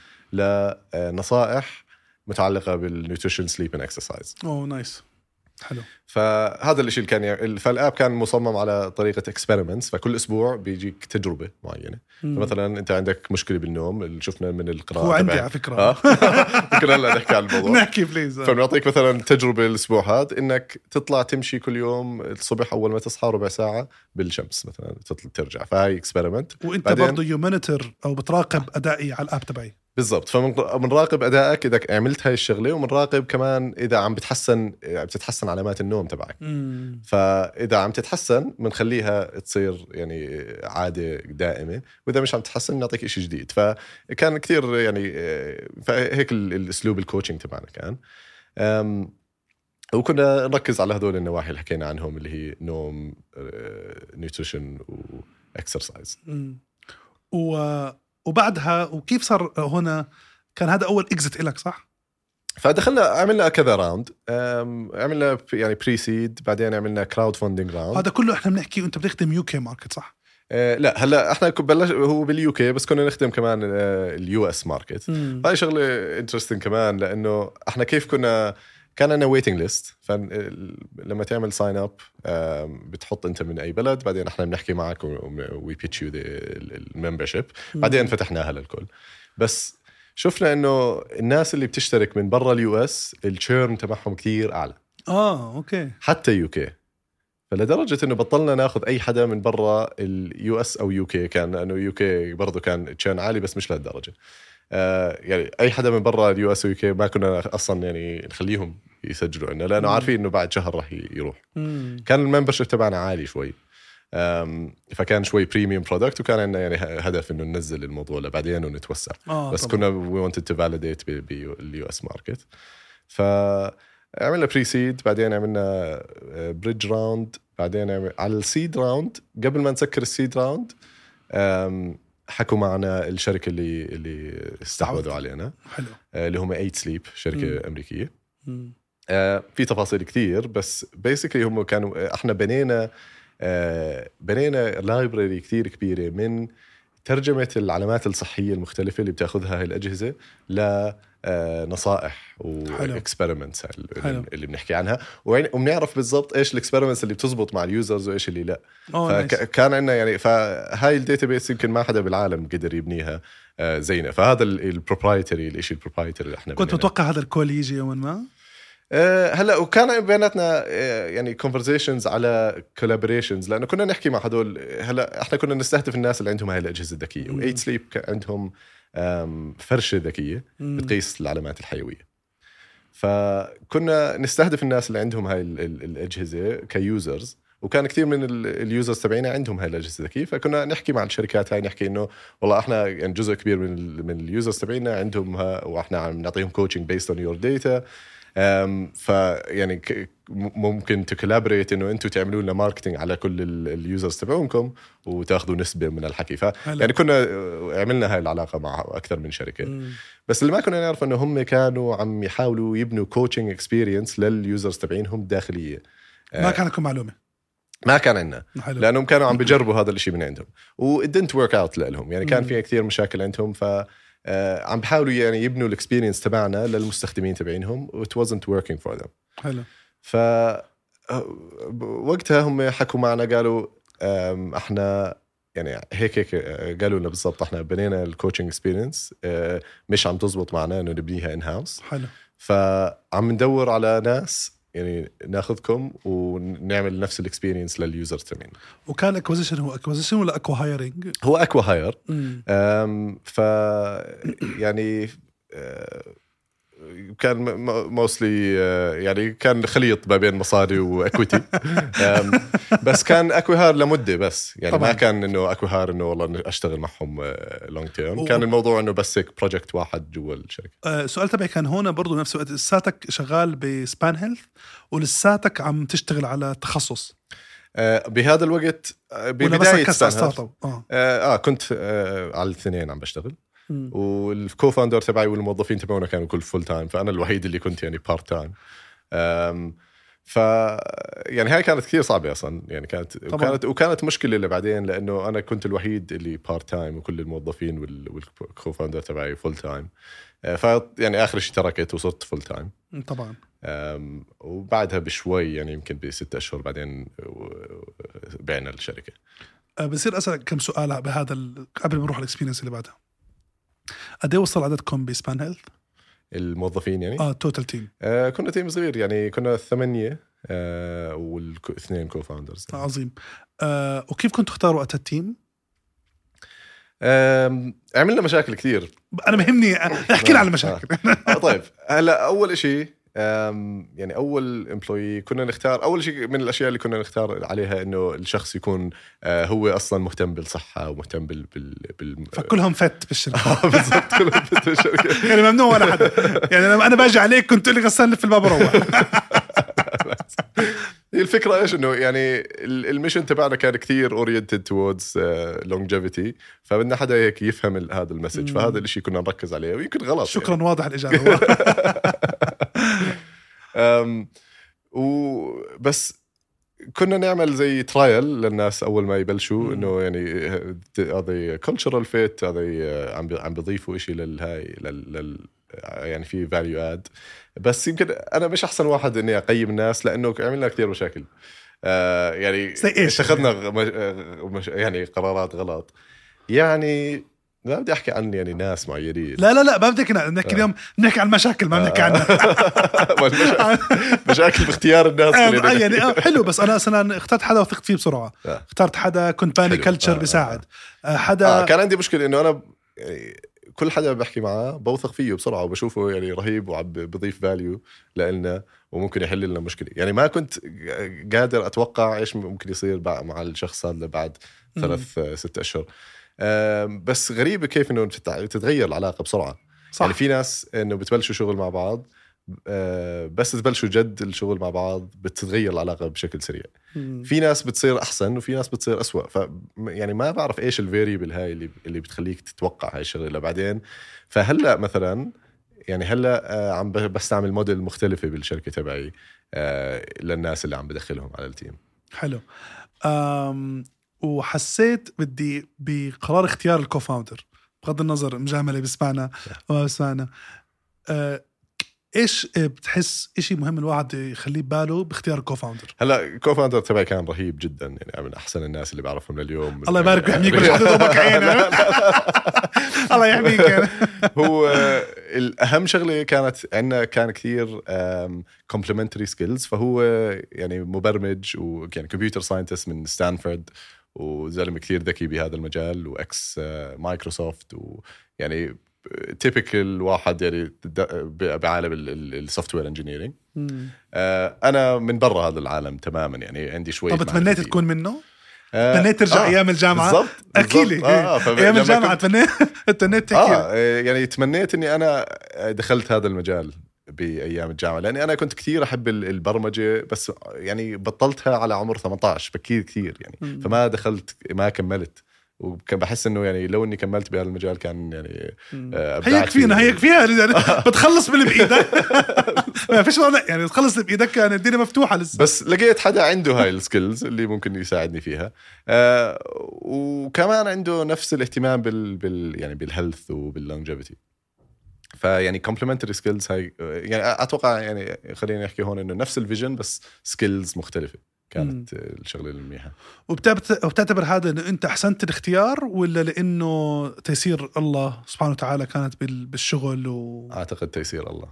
لنصائح متعلقة بالنيوتريشن سليب اند اكسرسايز. اوه نايس، حلو. فهذا الاشي اللي كان يعني، فالاب كان مصمم على طريقه اكسبيرمنتس، فكل اسبوع بيجيك تجربه معينه. فمثلا انت عندك مشكله بالنوم اللي شفنا من القراءه، هو عندي على فكره ممكن هلا نحكي عن الموضوع نحكي بليز. فبنعطيك مثلا تجربه الاسبوع هذا انك تطلع تمشي كل يوم الصبح اول ما تصحى ربع ساعه بالشمس مثلا، تطلع ترجع. فهاي اكسبيرمنت، وانت برضه يومينيتر او بتراقب ادائي على الاب تبعي. بالضبط. فمنراقب أدائك إذا عملت هاي الشغلة، ومنراقب كمان إذا عم بتحسن بتتحسن علامات النوم تبعك. مم. فإذا عم تتحسن منخليها تصير يعني عادة دائمة، وإذا مش عم تتحسن نعطيك إشي جديد. فكان كتير يعني فهيك الأسلوب الكوتشنج تبعنا كان. وكنا نركز على هدول النواحي اللي حكينا عنهم، اللي هي نوم، نيوتريشن وإكسرسايز. و وبعدها وكيف صار هنا؟ كان هذا أول إكزت إلك صح؟ فدخلنا عملنا كذا راوند، عملنا يعني بري سيد، بعدين عملنا كراود فاندنج راوند. هذا كله إحنا بنحكي وأنت بتخدم يو كي ماركت صح؟ أه لا هلا إحنا بلش هو باليو كي، بس كنا نخدم كمان اليو اس ماركت. هاي شغلة انترستين كمان، لأنه إحنا كيف كنا كان لنا ويتنج ليست. فلما تعمل ساين اب بتحط انت من اي بلد، بعدين احنا بنحكي معك وي بيتش يو الممبرشيب، بعدين فتحناها للكل. بس شفنا انه الناس اللي بتشترك من برا اليو اس الشيرن تبعهم كثير اعلى. اه اوكي. حتى يو كي، فلدرجه انه بطلنا ناخذ اي حدا من برا اليو اس او يو كي. كان انه يو كي برضه كان تشيرن عالي، بس مش لهالدرجه. آه يعني اي حدا من برا اليو اس ويو كي ما كنا اصلا يعني نخليهم يسجلوا عنا، لانه مم. عارفين انه بعد شهر راح يروح. مم. كان الممبرشيب تبعنا عالي شوي، فكان شوي بريميوم برودكت، وكان عندنا يعني هدف انه ننزل الموضوع لبعدين ونتوسع. آه بس طبعا. كنا we wanted to validate باليو اس ماركت. فعملنا بري سيد، بعدين عملنا بريدج راوند، بعدين عمل على السيد راوند. قبل ما نسكر السيد راوند حكوا معنا الشركة اللي اللي استحوذوا علينا، حلو. اللي هم ايت سليب، شركة مم. أمريكية. مم. آه في تفاصيل كتير، بس بيسيكلي هم كانوا احنا بنينا آه بنينا لايبراري كتير كبيرة من ترجمة العلامات الصحية المختلفة اللي بتاخذها هاي الأجهزة ل نصائح واكسبيرمنتس اللي بنحكي عنها، وبنعرف بالضبط ايش الاكسبيرمنتس اللي بتزبط مع اليوزرز وايش اللي لا. فكان عندنا يعني فهاي الداتابيس يمكن ما حدا بالعالم قدر يبنيها زينا. فهذا البروبرايتري الاشي البروبرايتري اللي احنا كنت متوقع هذا الكول يجي يوما ما. أه هلا وكان بيناتنا يعني conversations على collaborations، لأنه كنا نحكي مع هدول. هلا احنا كنا نستهدف الناس اللي عندهم هاي الأجهزة الذكية، وإيت سليب عندهم فرشة ذكية بتقيس العلامات الحيوية. فكنا نستهدف الناس اللي عندهم هاي الأجهزة كيوزرز، وكان كثير من اليوزرز تبعينا عندهم هاي الأجهزة الذكية. فكنا نحكي مع الشركات هاي، نحكي إنه والله إحنا يعني جزء كبير من من اليوزرز تبعينا عندهم ها، وإحنا عم نعطيهم coaching based on your data. فيعني ممكن تكولابريت انه انتم تعملوا لنا ماركتينج على كل اليوزرز تبعونكم وتاخذوا نسبه من الحكي. ف يعني كنا عملنا هاي العلاقه مع اكثر من شركه. مم. بس اللي ما كنا نعرف انه هم كانوا عم يحاولوا يبنوا كوتشنج اكسبيرينس لليوزرز تبعينهم داخليه. ما كان لكم معلومه؟ ما كان عندنا، لانهم كانوا عم بيجربوا هذا الشيء من عندهم و it didn't work out لهم. يعني كان فيها كثير مشاكل عندهم، ف آه عم بحاولوا يعني يبنوا الاكسبيرينس تبعنا للمستخدمين تبعينهم و it wasn't working for them. حلو. ف وقتها هم حكوا معنا قالوا احنا يعني هيك هيك قالوا لنا بالضبط احنا بنينا الكوتشنج اكسبيرينس مش عم تزبط معنا انه نبنيها ان هاوس. حلو. فعم ندور على ناس يعني ناخذكم ونعمل نفس الاكسبيرينس لليوزرز تبعنا. وكان اكوزيشن هو اكوزيشن ولا اكوا هايرنج؟ هو اكوا هاير. ف يعني كان موسلي يعني كان خليط ما بين مصاري واكويتي. بس كان اكوهار لمده بس يعني طبعاً. ما كان انه اكوهار انه والله اشتغل معهم لونج تيرم. كان الموضوع انه بس هيك بروجكت واحد جوا الشركه. أه سؤال تبعي كان هون برضو نفس الوقت لساتك شغال بسبان هيلث ولساتك عم تشتغل على تخصص أه بهذا الوقت ببدايه سبان هيلث اه, آه كنت آه على الاثنين عم بشتغل. والكوفاوندر تبعي والموظفين تبعونا كانوا كل فول تايم، فأنا الوحيد اللي كنت يعني بارت تايم. ف يعني هاي كانت كثير صعبة أصلا يعني كانت وكانت وكانت مشكلة اللي بعدين لأنه أنا كنت الوحيد اللي بارت تايم وكل الموظفين والكوفاوندر تبعي فول تايم. ف يعني آخر شيء تركت وصرت فول تايم طبعا. وبعدها بشوي يعني يمكن بستة أشهر بعدين بعنا الشركة. بصير أسألك كم سؤال بهذا قبل ما نروح الإكسبيرينس اللي بعدها. قد ايه وصل عددكم بسبان هيلث الموظفين يعني؟ اه توتال تيم. آه كنا تيم صغير يعني كنا ثمانية آه والاثنين كوفاوندرز. آه عظيم. آه وكيف كنتوا اختاروا وقت التيم؟ آه عملنا مشاكل كثير. انا مهمني احكي لنا عن المشاكل. آه طيب هلا اول شيء يعني أول إمبلوي كنا نختار أول شيء من الأشياء اللي كنا نختار عليها إنه الشخص يكون هو أصلاً مهتم بالصحة ومهتم بال بال, بال... فكلهم فت بالشركة. بالضبط كلهم فت بالشركة. يعني ممنوع ولا حدا يعني أنا باجي عليك كنت لي غسان في الباب روح. هي الفكرة إيش إنه يعني الميشن تبعنا كان كثير oriented towards uh, longevity، فبدنا حدا هيك يفهم هذا المسج. فهذا الشيء كنا نركز عليه ويمكن غلط. شكرا يعني. واضح الإجابة. um, وبس كنا نعمل زي ترايل للناس أول ما يبلشوا إنه يعني هذا cultural fit هذا عم عم بيضيفوا إشي للهاي لل, لل يعني في value add. بس يمكن أنا مش أحسن واحد إني أقيم الناس لأنه عملنا كتير مشاكل. آه يعني اتخذنا مش يعني قرارات غلط. يعني لا بدي أحكي عن يعني ناس معينين. لا لا لا ما بدك نحكي اليوم نحكي عن مشاكل ما بنحكي عنها. مشاكل باختيار الناس. آه يعني آه حلو بس أنا أصلا اخترت حدا وثقت فيه بسرعة. اخترت حدا كنت باني كلتشر بيساعد. آه حدا آه كان عندي مشكلة إنه أنا يعني كل حدا بحكي معاه بوثق فيه بسرعة وبشوفه يعني رهيب وعب بضيف فاليو لنا وممكن يحل لنا مشكلة. يعني ما كنت قادر أتوقع إيش ممكن يصير مع الشخص هذا بعد ثلاث ست أشهر. بس غريبة كيف إنه تتغير العلاقة بسرعة. صح. يعني في ناس إنه بتبلشوا شغل مع بعض بس تبلشوا جد الشغل مع بعض بتتغير العلاقة بشكل سريع. مم. في ناس بتصير أحسن وفي ناس بتصير أسوأ. ف يعني ما بعرف إيش الفاريبل هاي اللي اللي بتخليك تتوقع هاي الشغلة بعدين. فهلا مثلا يعني هلا عم بستعمل موديل مختلفة بالشركة تبعي للناس اللي عم بدخلهم على التيم. حلو. أم وحسيت بدي بقرار اختيار الكوفاوندر بغض النظر مجاملة بسمعنا وما بسمعنا أه إيش بتحس إشي مهم الواحد يخليه باله باختيار الكوفاوندر؟ هلا الكوفاوندر تبعي كان رهيب جدا يعني من أحسن الناس اللي بعرفهم لليوم. الله يبارك ويحميك مش حد يضربك عينه. الله يحميك يعني. هو الأهم شغلة كانت عندنا كان كثير complementary skills. فهو يعني مبرمج وكان كمبيوتر ساينتست من ستانفورد وزلمة كثير ذكي بهذا المجال وإكس مايكروسوفت ويعني تيبيكال واحد يعني بعالم السوفت وير انجينيرينج. انا من برا هذا العالم تماما يعني عندي شوي. طب تمنيت تكون منه؟ تمنيت ترجع آه ايام الجامعه؟ بالضبط اكيد آه ايام الجامعه تمنيت تمنيت اه يعني تمنيت اني انا دخلت هذا المجال بايام الجامعه، لاني انا كنت كثير احب البرمجه، بس يعني بطلتها على عمر ثمانية عشر بكير كثير يعني م. فما دخلت ما كملت، وكان بحس انه يعني لو اني كملت بهذا المجال كان يعني هيك فينا هيك فيها يعني بتخلص من بايدك ما فيش يعني تخلص بايدك يعني الدنيا مفتوحه لسه. بس لقيت حدا عنده هاي السكيلز اللي ممكن يساعدني فيها، آه وكمان عنده نفس الاهتمام بال, بال يعني بالهيلث وباللونجيفيتي. فيعني كومبلمنتري سكيلز هاي يعني اتوقع يعني خلينا نحكي هون انه نفس الفيجن بس سكيلز مختلفه كانت مم. الشغله المنيحه. وبتعتبر هذا انه انت احسنت الاختيار ولا لانه تيسير الله سبحانه وتعالى كانت بالشغل و... اعتقد تيسير الله.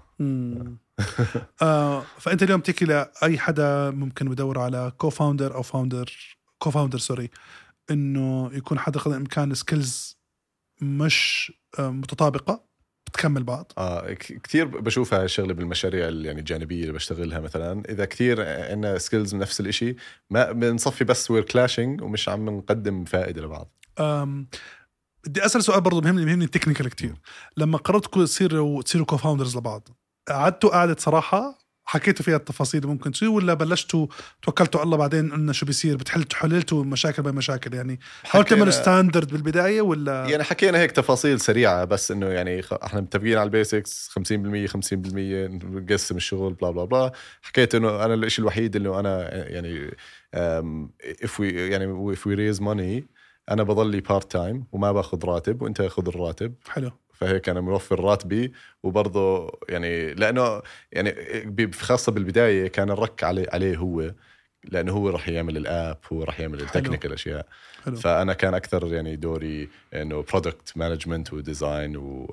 آه فانت اليوم تحكي لاي حدا ممكن بدور على كو فاوندر او فاوندر كو فاوندر سوري انه يكون حدا قدر الامكان سكيلز مش آه متطابقه بتكمل بعض. اه كثير بشوفها الشغله بالمشاريع يعني الجانبيه اللي بشتغلها مثلا، اذا كثير عندنا سكيلز من نفس الاشي ما بنصفي بس وير كلاشينج ومش عم نقدم فائده لبعض. امم بدي اسال سؤال برضه مهمني مهمني التكنيكال كتير. لما قررتوا تصيروا تصيروا كوفاوندرز لبعض، قعدتوا قعدة صراحه حكيتوا فيها التفاصيل ممكن شيء، ولا بلشتوا توكلتوا الله بعدين قلنا شو بيصير بتحل حللتوا مشاكل بمشاكل؟ يعني حاولت تعملوا ستاندرد بالبدايه ولا يعني حكينا هيك تفاصيل سريعه بس انه يعني احنا متفقين على البيسكس خمسين بالمية خمسين بالمية نقسم الشغل بلا بلا بلا. حكيت انه انا الشيء الوحيد اللي انا يعني if we يعني if we raise money انا بضلي بارت تايم وما باخذ راتب وانت اخذ الراتب. حلو. فهيك أنا موفر راتبي، وبرضه يعني لأنه يعني خاصة بالبداية كان الرك عليه عليه هو، لأنه هو رح يعمل الآب، هو رح يعمل التكنيكال أشياء. حلو. فأنا كان أكثر يعني دوري إنه برودكت مانجمنت وديزاين و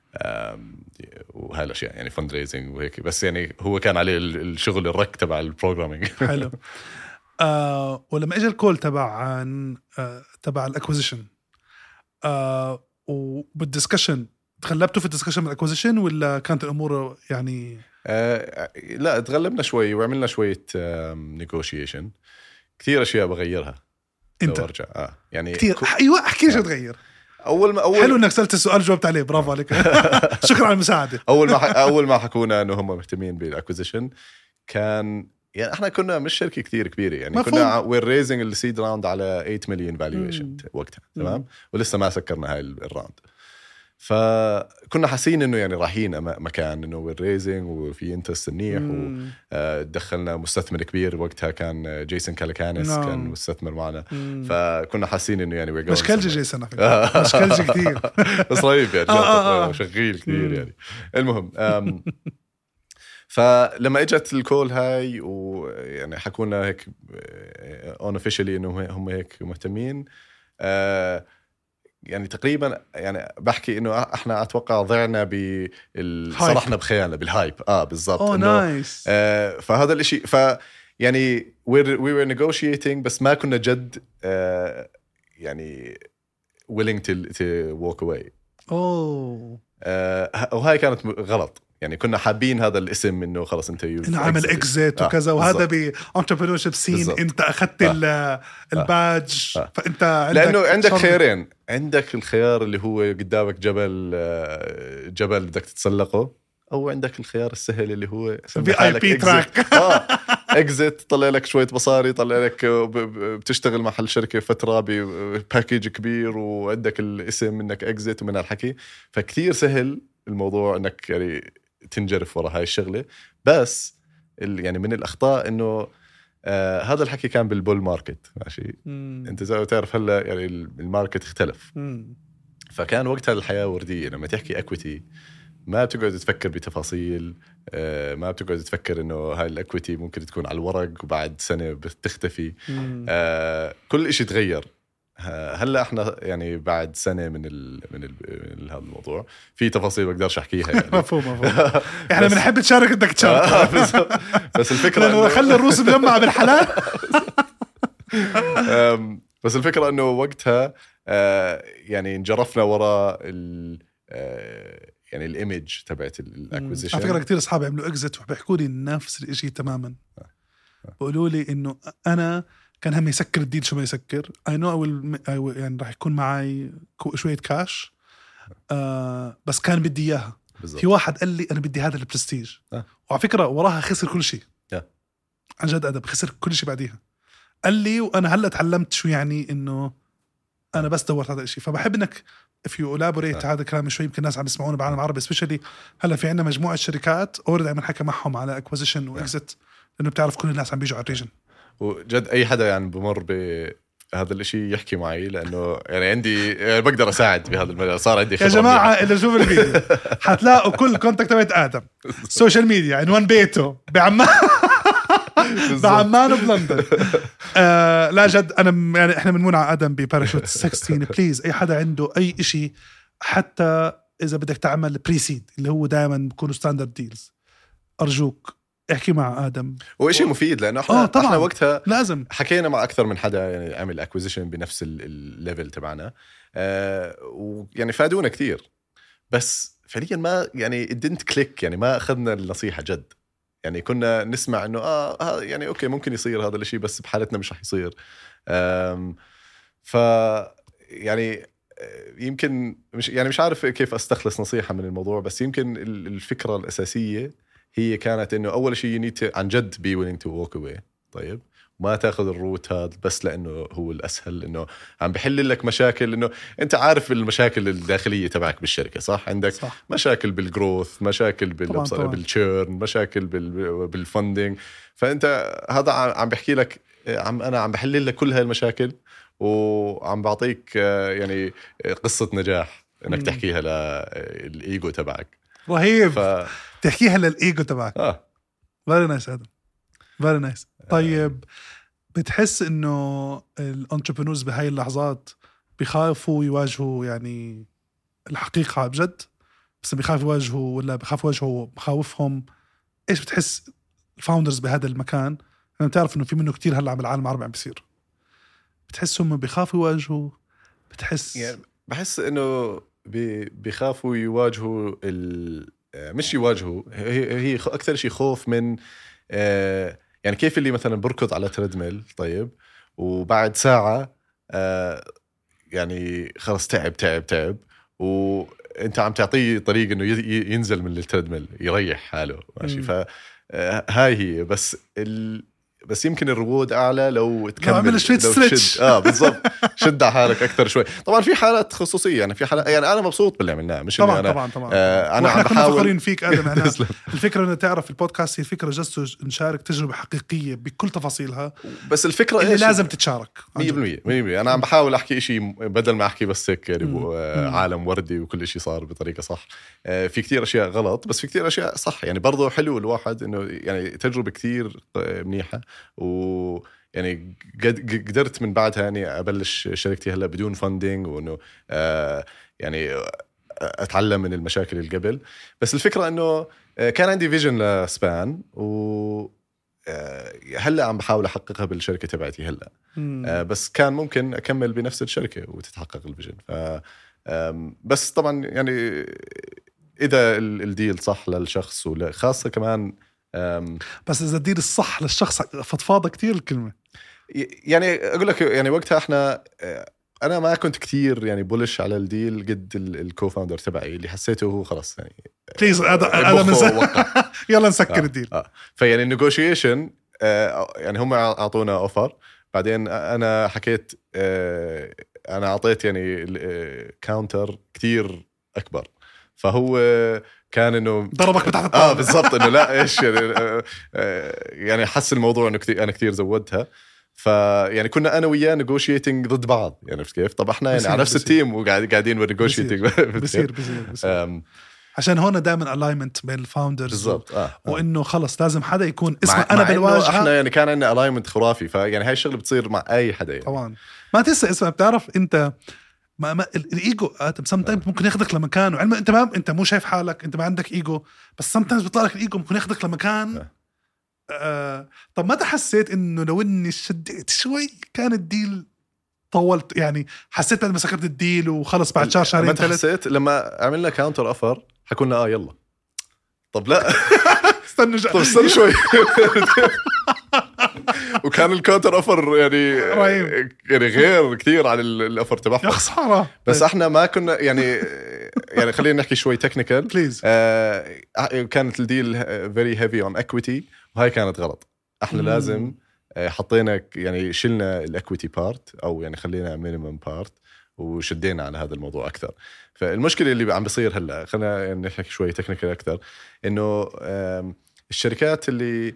وهاي الأشياء يعني فندريزنج وهيك، بس يعني هو كان عليه الشغل الرك تبع البروجرامينج. حلو. آه ولما إجا الكول تبع عن آه تبع الأكوزيشن آه وبالدسكشن تغلبتوا في الدسكشن بالاكوزيشن ولا كانت الامور يعني آه لا تغلبنا شوي وعملنا شويه نيغوشيشن. كثير اشياء بغيرها انت ارجع اه يعني كثير كو... ايوه احكي شو تغير. اول ما اول حلو انك سالت السؤال جاوبت عليه، برافو عليك. شكرا على المساعده. اول ما ح... اول ما حكونا انه هم مهتمين بالاكوزيشن كان يعني احنا كنا مش شركه كثير كبيره يعني مفهوم. كنا وير ريزنج السيد راوند على ثمانية مليون فالويشن وقتها تمام، ولسه ما سكرنا هاي الراوند. فكنا حاسين انه يعني رايحين مكان انه وير ريزنج وفي انترست منيح، ودخلنا مستثمر كبير وقتها كان جيسون كاليكانس no. كان مستثمر معنا. مم. فكنا حاسين انه يعني مش كلجي جيسون مش كلجي كثير بس رهيب يعني شغيل كثير يعني. المهم فلما اجت الكول هاي ويعني حكونا هيك اون اوفيشلي انه هم هيك مهتمين، آه يعني تقريبا يعني بحكي انه احنا اتوقع ضعنا بالصرحنا بخيالنا بالهايب. اه بالضبط. oh, انه nice. آه فهذا الاشي ف يعني we were negotiating بس ما كنا جد آه يعني willing to, to walk away. اوه آه وهاي كانت غلط يعني. كنا حابين هذا الاسم انه خلص انت انه عمل اكزيت وكذا. آه وهذا بانتربرينورشيب سين انت اخذت آه البادج. آه فانت عندك لانه عندك شر... خيارين. عندك الخيار اللي هو قدامك جبل جبل بدك تتسلقه، او عندك الخيار السهل اللي هو في اي بي تراك. اه اكزيت طلع لك شويه مصاري، طلع لك بتشتغل محل شركه فتره بباكيج كبير وعندك الاسم انك اكزيت ومن الحكي. فكتير سهل الموضوع انك يعني تنجرف ورا هاي الشغله. بس يعني من الاخطاء انه آه هذا الحكي كان بالبول ماركت ماشي. مم. انت زي ما تعرف هلا يعني الماركت اختلف. مم. فكان وقتها الحياه ورديه. لما تحكي اكويتي ما بتقعد تفكر بتفاصيل، آه ما بتقعد تفكر انه هاي الاكويتي ممكن تكون على الورق وبعد سنه بتختفي. آه كل إشي تغير. هلا احنا يعني بعد سنه من ال من, ال من هذا الموضوع في تفاصيل ما اقدرش احكيها يعني. مفهوم مفهوم. احنا بنحب تشارك بدك تشارك. بس الفكره انه خلي الروس مجمع بالحلال. بس الفكره انه وقتها يعني انجرفنا وراء ال يعني الايمج تبعت الاكوزيشن. على فكره كثير اصحابي عملوا اكزيت وبيحكوا لي نفس الشيء تماما. بيقولوا لي انه انا كان هم يسكر الديل شو ما يسكر I know I will, I will يعني راح يكون معي شوية كاش آه بس كان بدي إياها. بالزبط. في واحد قال لي انا بدي هذا البرستيج أه. وعلى فكره وراها خسر كل شيء أه. عن جد ادم خسر كل شيء بعديها. قال لي وانا هلا تعلمت شو يعني انه انا بس دورت هذا الشيء. فبحب انك if you elaborate أه. هذا الكلام شوي. يمكن الناس عم يسمعونا بالعالم العربي سبيشالي هلا في عندنا مجموعه شركات اوريدي عم نحكي معهم على اكوزيشن واكزيت لانه بتعرف كل الناس عم بيجوا على الريجن. وجد اي حدا يعني بمر بهذا الاشي يحكي معي لانه يعني عندي يعني بقدر اساعد بهذا المجال. صار عندي يا جماعه اللي شوف الفيديو حتلاقوا كل كونتاكت تبعت ادم السوشيال ميديا عنوان بيته بعمان بعمان بلندن. آه لا جد انا يعني احنا بنمون على ادم بباراشوت ستة عشر بليز اي حدا عنده اي اشي حتى اذا بدك تعمل بريسيد اللي هو دائما بيكونوا ستاندرد ديلز ارجوك احكي مع آدم. وإشي مفيد لأنه إحنا, طبعاً. إحنا وقتها لازم حكينا مع أكثر من حدا يعني عمل أكوزيشن بنفس الليفل تبعنا آه ويعني فادونا كثير بس فعليا ما يعني it didn't click يعني ما أخذنا النصيحة جد. يعني كنا نسمع إنه آه يعني أوكي ممكن يصير هذا الشيء بس بحالتنا مش رح يصير. ف يعني يمكن مش يعني مش عارف كيف أستخلص نصيحة من الموضوع بس يمكن الفكرة الأساسية هي كانت إنه أول شيء نيت عن جد be willing to walk away. طيب ما تاخذ الروت هذا بس لأنه هو الأسهل إنه عم بحل لك مشاكل إنه أنت عارف المشاكل الداخلية تبعك بالشركة صح عندك صح. مشاكل بالجروث مشاكل بالتشيرن مشاكل بالفندنج فأنت هذا عم بحكي لك عم أنا عم بحل لك كل هاي المشاكل وعم بعطيك يعني قصة نجاح إنك تحكيها للإيجو تبعك. رهيب ف... تحكيها للإيجو تبعك. آه. very nice هذا very nice. طيب بتحس إنه الانتربرنورز بهاي اللحظات بيخافوا يواجهوا يعني الحقيقة بجد بس بيخافوا يواجهوا ولا بيخافوا يواجهوا مخاوفهم؟ إيش بتحس الفاوندرز بهذا المكان؟ أنا بتعرف إنه في منه كتير هلا بالعالم العربي عم بيصير. بتحسهم بيخافوا يواجهوا؟ بتحس يعني بحس إنه بيخافوا يواجهوا ال مش يواجهوا هي هي أكثر شيء خوف من آه يعني كيف اللي مثلا بركض على تريدميل طيب وبعد ساعة آه يعني خلص تعب تعب تعب وانت عم تعطيه طريق انه ينزل من التريدميل يريح حاله ماشي. فهاي هي بس ال بس يمكن الريورد اعلى لو تكمل لو تشد اه بالضبط شد على حالك اكثر شوي. طبعا في حالات خصوصيه يعني في حالات يعني انا مبسوط باللي عملناه مش طبعا أنا طبعا طبعا آه انا عم بحاول فخورين فيك ادم. انا الفكره انه تعرف البودكاست هي فكره جست نشارك تجربه حقيقيه بكل تفاصيلها بس الفكره اللي لازم تتشارك مية بالمية مية بالمية. انا عم بحاول احكي شيء بدل ما احكي بس هيك يعني عالم وردي وكل شيء صار بطريقه صح. آه في كتير اشياء غلط بس في كتير اشياء صح. يعني برضو حلو الواحد انه يعني تجربه كتير منيحه و يعني قدرت من بعدها يعني أبلش شركتي هلا بدون فاندينج وإنه آه يعني أتعلم من المشاكل اللي قبل. بس الفكرة إنه كان عندي فيجن لسبان و هلا عم بحاول أحققها بالشركة تبعتي هلا آه بس كان ممكن أكمل بنفس الشركة وتتحقق الفيجن. ف بس طبعا يعني إذا الديل صح للشخص وخاصة كمان بس إذا الديل الصح للشخص فضفاضة كتير الكلمة. يعني أقول لك يعني وقتها إحنا أنا ما كنت كتير يعني بولش على الديل قد الكوفاوندر تبعي اللي حسيته هو خلاص يعني بليز هذا من يلا نسكر آه. الديل. آه. فيعني النيغوشيشن آه يعني هم أعطونا أوفر بعدين أنا حكيت آه أنا أعطيت يعني كاونتر كتير أكبر فهو كان إنه ضربك بتاعت آه بالضبط إنه لا إيش يعني آه يعني حس الموضوع إنه كتير أنا كتير زودتها. فيعني كنا أنا وياه نيغوشيتنج ضد بعض يعني كيف طب إحنا يعني على نفس التيم وقاعد قاعدين ونيغوشيتنج بصير بصير بصير عشان هون دائما الاينمنت بين الفاوندرز بالضبط آه. آه. وانه خلص لازم حدا يكون اسمه انا بالواجهه. احنا يعني كان عندنا الاينمنت خرافي فيعني هاي الشغله بتصير مع اي حدا يعني. طبعا ما تنسى اسمع بتعرف انت ما, ما الايجو سم تايمز ممكن ياخذك لمكان وعلم انت ما انت مو شايف حالك انت ما عندك ايجو بس سم تايمز بيطلع لك الايجو ممكن ياخذك لمكان آه. آه. طب متى حسيت انه لو اني شديت شوي كان الديل طولت يعني حسيت بعد ما سكرت الديل وخلص بعد شهر شهرين ثلاث حسيت لما عملنا كاونتر اوفر حكونا اه يلا طب لا استنى طب استنى شوي وكان الكاونتر اوفر يعني رهيب يعني غير كثير عن الاوفر تبعهم يا خساره. بس احنا ما كنا يعني يعني خلينا نحكي شوي تكنيكال بليز. آه كانت الديل فيري هيفي اون اكويتي وهاي كانت غلط. احنا مم. لازم حطينا يعني شلنا الاكويتي بارت او يعني خلينا مينيمم بارت وشدينا على هذا الموضوع اكثر. فالمشكله اللي عم بصير هلا خلينا نحكي شوي تكنيكال اكثر انه الشركات اللي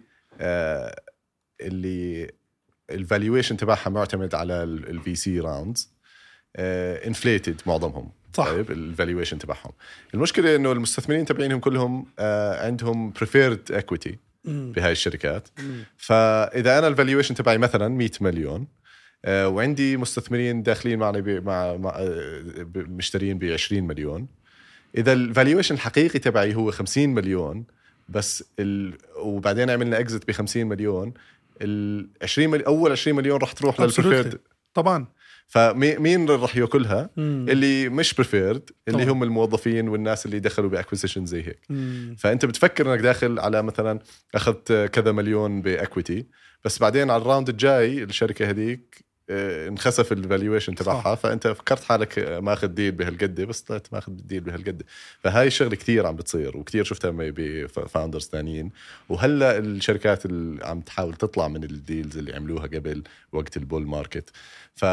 اللي الفالويشن تبعها معتمد على الفي سي راوندز انفليتد معظمهم. صح. طيب الفالويشن تبعهم المشكله انه المستثمرين تبعينهم كلهم عندهم preferred equity بهاي الشركات. مم. فاذا انا الفالويشن تبعي مثلا مية مليون وعندي مستثمرين داخلين معنا مع, مع مشترين ب عشرين مليون، اذا الفالويشن الحقيقي تبعي هو خمسين مليون بس ال... وبعدين عملنا اكزت ب خمسين مليون، ال عشرين مليون اول عشرين مليون راح تروح للبريفيرد طبعا. فمين راح ياكلها؟ مم. اللي مش بريفيرد اللي طبعا. هم الموظفين والناس اللي دخلوا باكوزيشن زي هيك. مم. فانت بتفكر انك داخل على مثلا اخذت كذا مليون باكويتي بس بعدين على الراوند الجاي الشركه هذيك انخسف الفالويشن تبعها، فانت فكرت حالك ماخذ ديل بهالقد بس طلعت ماخذ ديل بهالقد. فهاي الشغله كثير عم بتصير وكثير شفتها بفاوندرز ثانيين، وهلا الشركات اللي عم تحاول تطلع من الديلز اللي عملوها قبل وقت البول ماركت. ف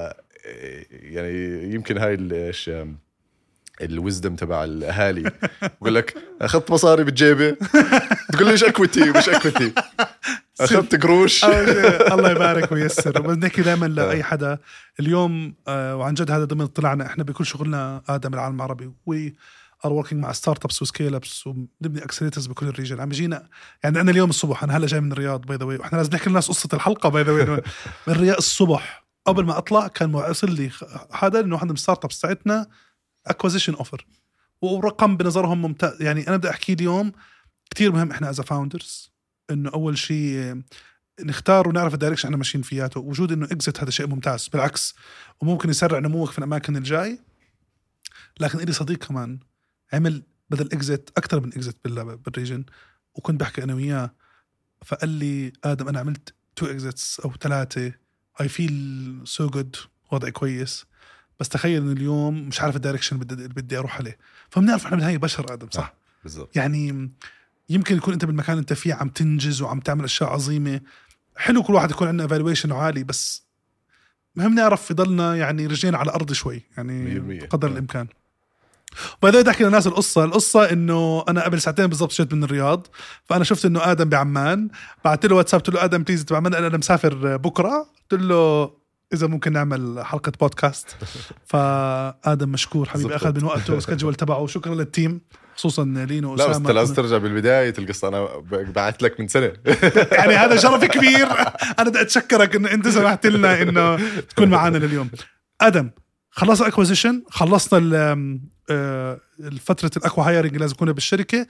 يعني يمكن هاي ايش الويزدم تبع الاهالي بقول لك اخذت مصاري بالجيبه تقول ليش اكويتي مش اكويتي أخذت قروش. الله يبارك ويسر. بدنا دائما لأي حدا اليوم آه وعن جد هذا ضمن طلعنا إحنا بكل شغلنا آدم العالم العربي we are working مع ستارت ابس وسكيل ابس وبنبني اكسلريترز بكل الريجن. عم يجينا يعني أنا اليوم الصبح أنا هلا جاي من الرياض باي ذا واي وإحنا لازم نحكي للناس قصة الحلقة باي ذا واي. من الرياض الصبح قبل ما أطلع كان موصل لي هذا إنه واحد من ستارت ابس تاعتنا acquisition offer ورقم بنظرهم ممتاز. يعني أنا بدي أحكي اليوم كتير مهم إحنا as a founders إنه أول شيء نختار ونعرف الدايركشن إحنا ماشيين فياته. وجود إنه إكزت هذا شيء ممتاز بالعكس وممكن يسرع نموك في الأماكن الجاي. لكن إلي صديق كمان عمل بدل إكزت أكتر من إكزت بالريجن وكنت بحكي أنا وياه فقال لي آدم أنا عملت تو إكزتس أو ثلاثة I feel so good وضعي كويس بس تخيل إن اليوم مش عارف الدايركشن بدي بدي أروح عليه. فبنعرف إحنا من هاي بشر آدم صح آه. بالضبط. يعني يمكن يكون أنت بالمكان أنت فيه عم تنجز وعم تعمل أشياء عظيمة حلو كل واحد يكون عندنا evaluation عالي بس مهم نعرف يضلنا يعني رجلين على الأرض شوي يعني قدر الإمكان. وبعدين بدي أحكي للناس القصة القصة إنه أنا قبل ساعتين بالضبط جيت من الرياض فأنا شفت إنه آدم بعمان بعت له واتساب قلت له آدم بليز بعمان أنا مسافر بكرة قلت له إذا ممكن نعمل حلقة بودكاست. فآدم مشكور حبيبي أخذ من وقته وسكجول تبعه وشكرا للتيم خصوصا لينو وأسامة. لا بس لازم ترجع بالبداية القصة أنا بعت لك من سنة يعني هذا شرف كبير. أنا بدي أتشكرك إنه أنت سمحت لنا إنه تكون معنا لليوم. آدم خلصنا اكوزيشن خلصنا الفترة الأكوا هايرنج لازم يكون بالشركة.